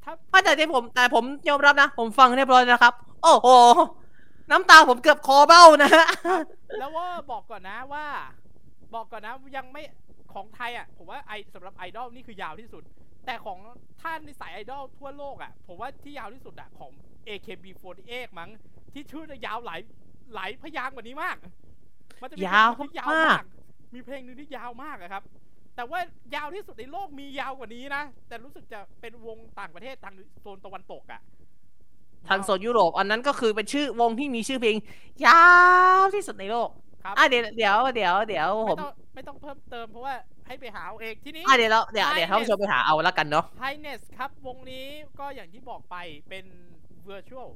ถ้าไม่แต่ที่ผมแต่ผมยอมรับนะ ผมฟังเรียบร้อยแล้วครับ โอ้โห น้ำตาผมเกือบคอเบ้านะฮะแล้วว่าบอกก่อนนะว่า บอกก่อนนะยังไม่ของไทยอ่ะผมว่าไอสำหรับไอดอลนี่คือยาวที่สุด แต่ของท่านในสายไอดอลทั่วโลกอ่ะผมว่าที่ยาวที่สุดอ่ะของ เอ เค บี โฟร์ตี้เอท มั้งที่ชื่อจะยาวหลายหลายพยางค์กว่านี้มากมันจะมียาวเพลงที่ยาวมามาก กมีเพลงหนึ่งที่ยาวมากอะครับแต่ว่ายาวที่สุดในโลกมียาวกว่านี้นะแต่รู้สึกจะเป็นวงต่างประเทศทางโซนตะวันตกอ่ะทางโซนยุโรปอันนั้นก็คือเป็นชื่อวงที่มีชื่อเพลงยาวที่สุดในโลกครับอ่ะเดี๋ยวเดี๋ยวเดี๋ยวเดี๋ยวผไม่มต้องไม่ต้องเพิ่มเติมเพราะว่าให้ไปหาเอาเองทีนี้อ่ะเดี๋ยวเราเดี๋ยวเดี๋ยวท่านผู้ชมไปหาเอาละกันเนาะ Highness ครับวงนี้ก็อย่างที่บอกไปเป็น virtual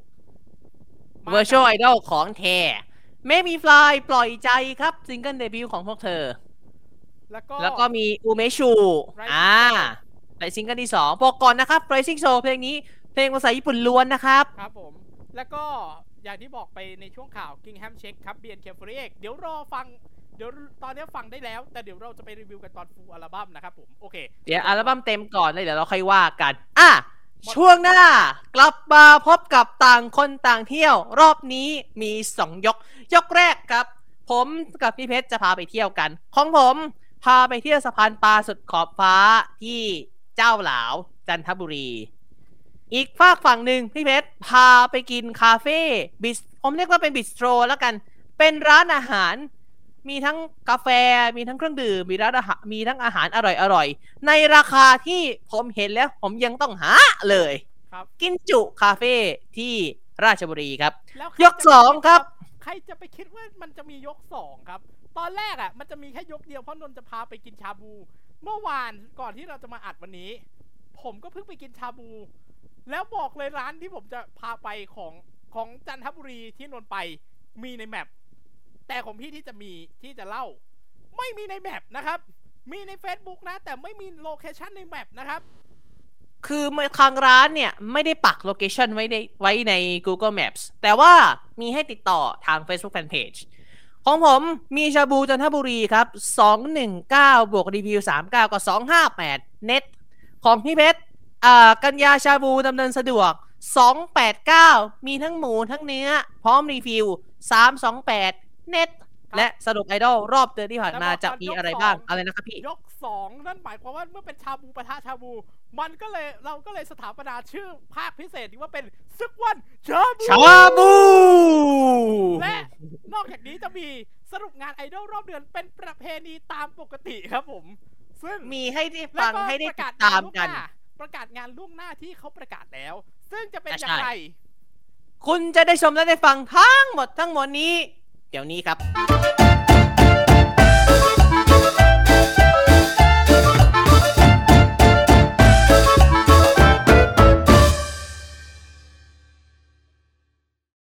Virtual Idol ของแท้เมมีฟลายปล่อยใจครับซิงเกิลเดบิวต์ของพวกเธอแล้วก็แล้วก็มีอูเมชู Rising อ่าในซิงเกิลที่สองบอกก่อนนะครับ Rising Show เพลงนี้เพลงภาษาญี่ปุ่นล้วนนะครับครับผมแล้วก็อย่างที่บอกไปในช่วงข่าว Gingham Check ครับ บี เอ็น เค ฟอร์ตี้เอท เดี๋ยวรอฟังเดี๋ยวตอนนี้ฟังได้แล้วแต่เดี๋ยวเราจะไปรีวิวกันตอนฟูลอัลบั้มนะครับผมโอเคเดี๋ยวอัลบั้มเต็มก่อนเลยเดี๋ยวเราค่อยว่ากัน อ่ะ ช่วงหน้ากลับมาพบกับต่างคนต่างเที่ยว รอบนี้มีสองยก ยกแรกครับ ผมกับพี่เพชรจะพาไปเที่ยวกัน ของผมพาไปเที่ยวสะพานปลาสุดขอบฟ้าที่เจ้าหลาวจันทบุรี อีกฝากฝั่งหนึ่งพี่เพชรพาไปกินคาเฟ่บิสผมเรียกว่าเป็นบิสโตรแล้วกัน เป็นร้านอาหาร มีทั้งกาแฟมีทั้งเครื่องดื่มมีร้านอาหารมีทั้งอาหารอร่อยๆในราคาที่ผมเห็นแล้วผมยังต้องหาเลยครับกินจุคาเฟ่ที่ราชบุรีครับแล้วใครยกสองครับใครจะไปคิดว่ามันจะมียกสองครับตอนแรกอ่ะมันจะมีแค่ยกเดียวเพราะนนท์จะพาไปกินชาบู เมื่อวานก่อนที่เราจะมาอัดวันนี้ ผมก็เพิ่งไปกินชาบู แล้วบอกเลยร้านที่ผมจะพาไปของของจันทบุรีที่นนท์ไปมีในแมปแต่ของพี่ที่จะมีที่จะเล่า ไม่มีในแมปนะครับมีใน Facebook นะแต่ไม่มีโลเคชั่นในแมปนะครับคือทางร้านเนี่ยไม่ได้ปักโลเคชันไว้ในไว้ใน Google Maps แต่ว่ามีให้ติดต่อทาง Facebook Fanpage ของผมมีชาบูจันทบุรีครับสองหนึ่งเก้าบวกรีวิวสามสิบเก้าก็สองห้าแปดเน็ตของพี่เพชรอ่ากัญญาชาบูดำเนินสะดวกสองแปดเก้ามีทั้งหมูทั้งเนื้อพร้อมรีวิวสามสองแปดเน็ตและสรุปไอดอลรอบเดือนที่ผ่านมาจะมีอะไรบ้างอะไรนะครับพี่ยกสองนั่นหมายความว่าเมื่อเป็นชาบูปะทะชาบูมันก็เลยเราก็เลยสถาปนาชื่อภาคพิเศษที่ว่าเป็นซึกวันชาบูชาบูและนอกจากนี้จะมีสรุปงานไอดอลรอบเดือนเป็นประเพณีตามปกติครับผมซึ่งมีให้ได้ฟังให้ได้ติดตามกันประกาศงานล่วงหน้าที่เขาประกาศแล้วซึ่งจะเป็นอย่างไรคุณจะได้ชมและได้ฟังทั้งหมดทั้งหมดนี้ เดี๋ยวนี้ครับ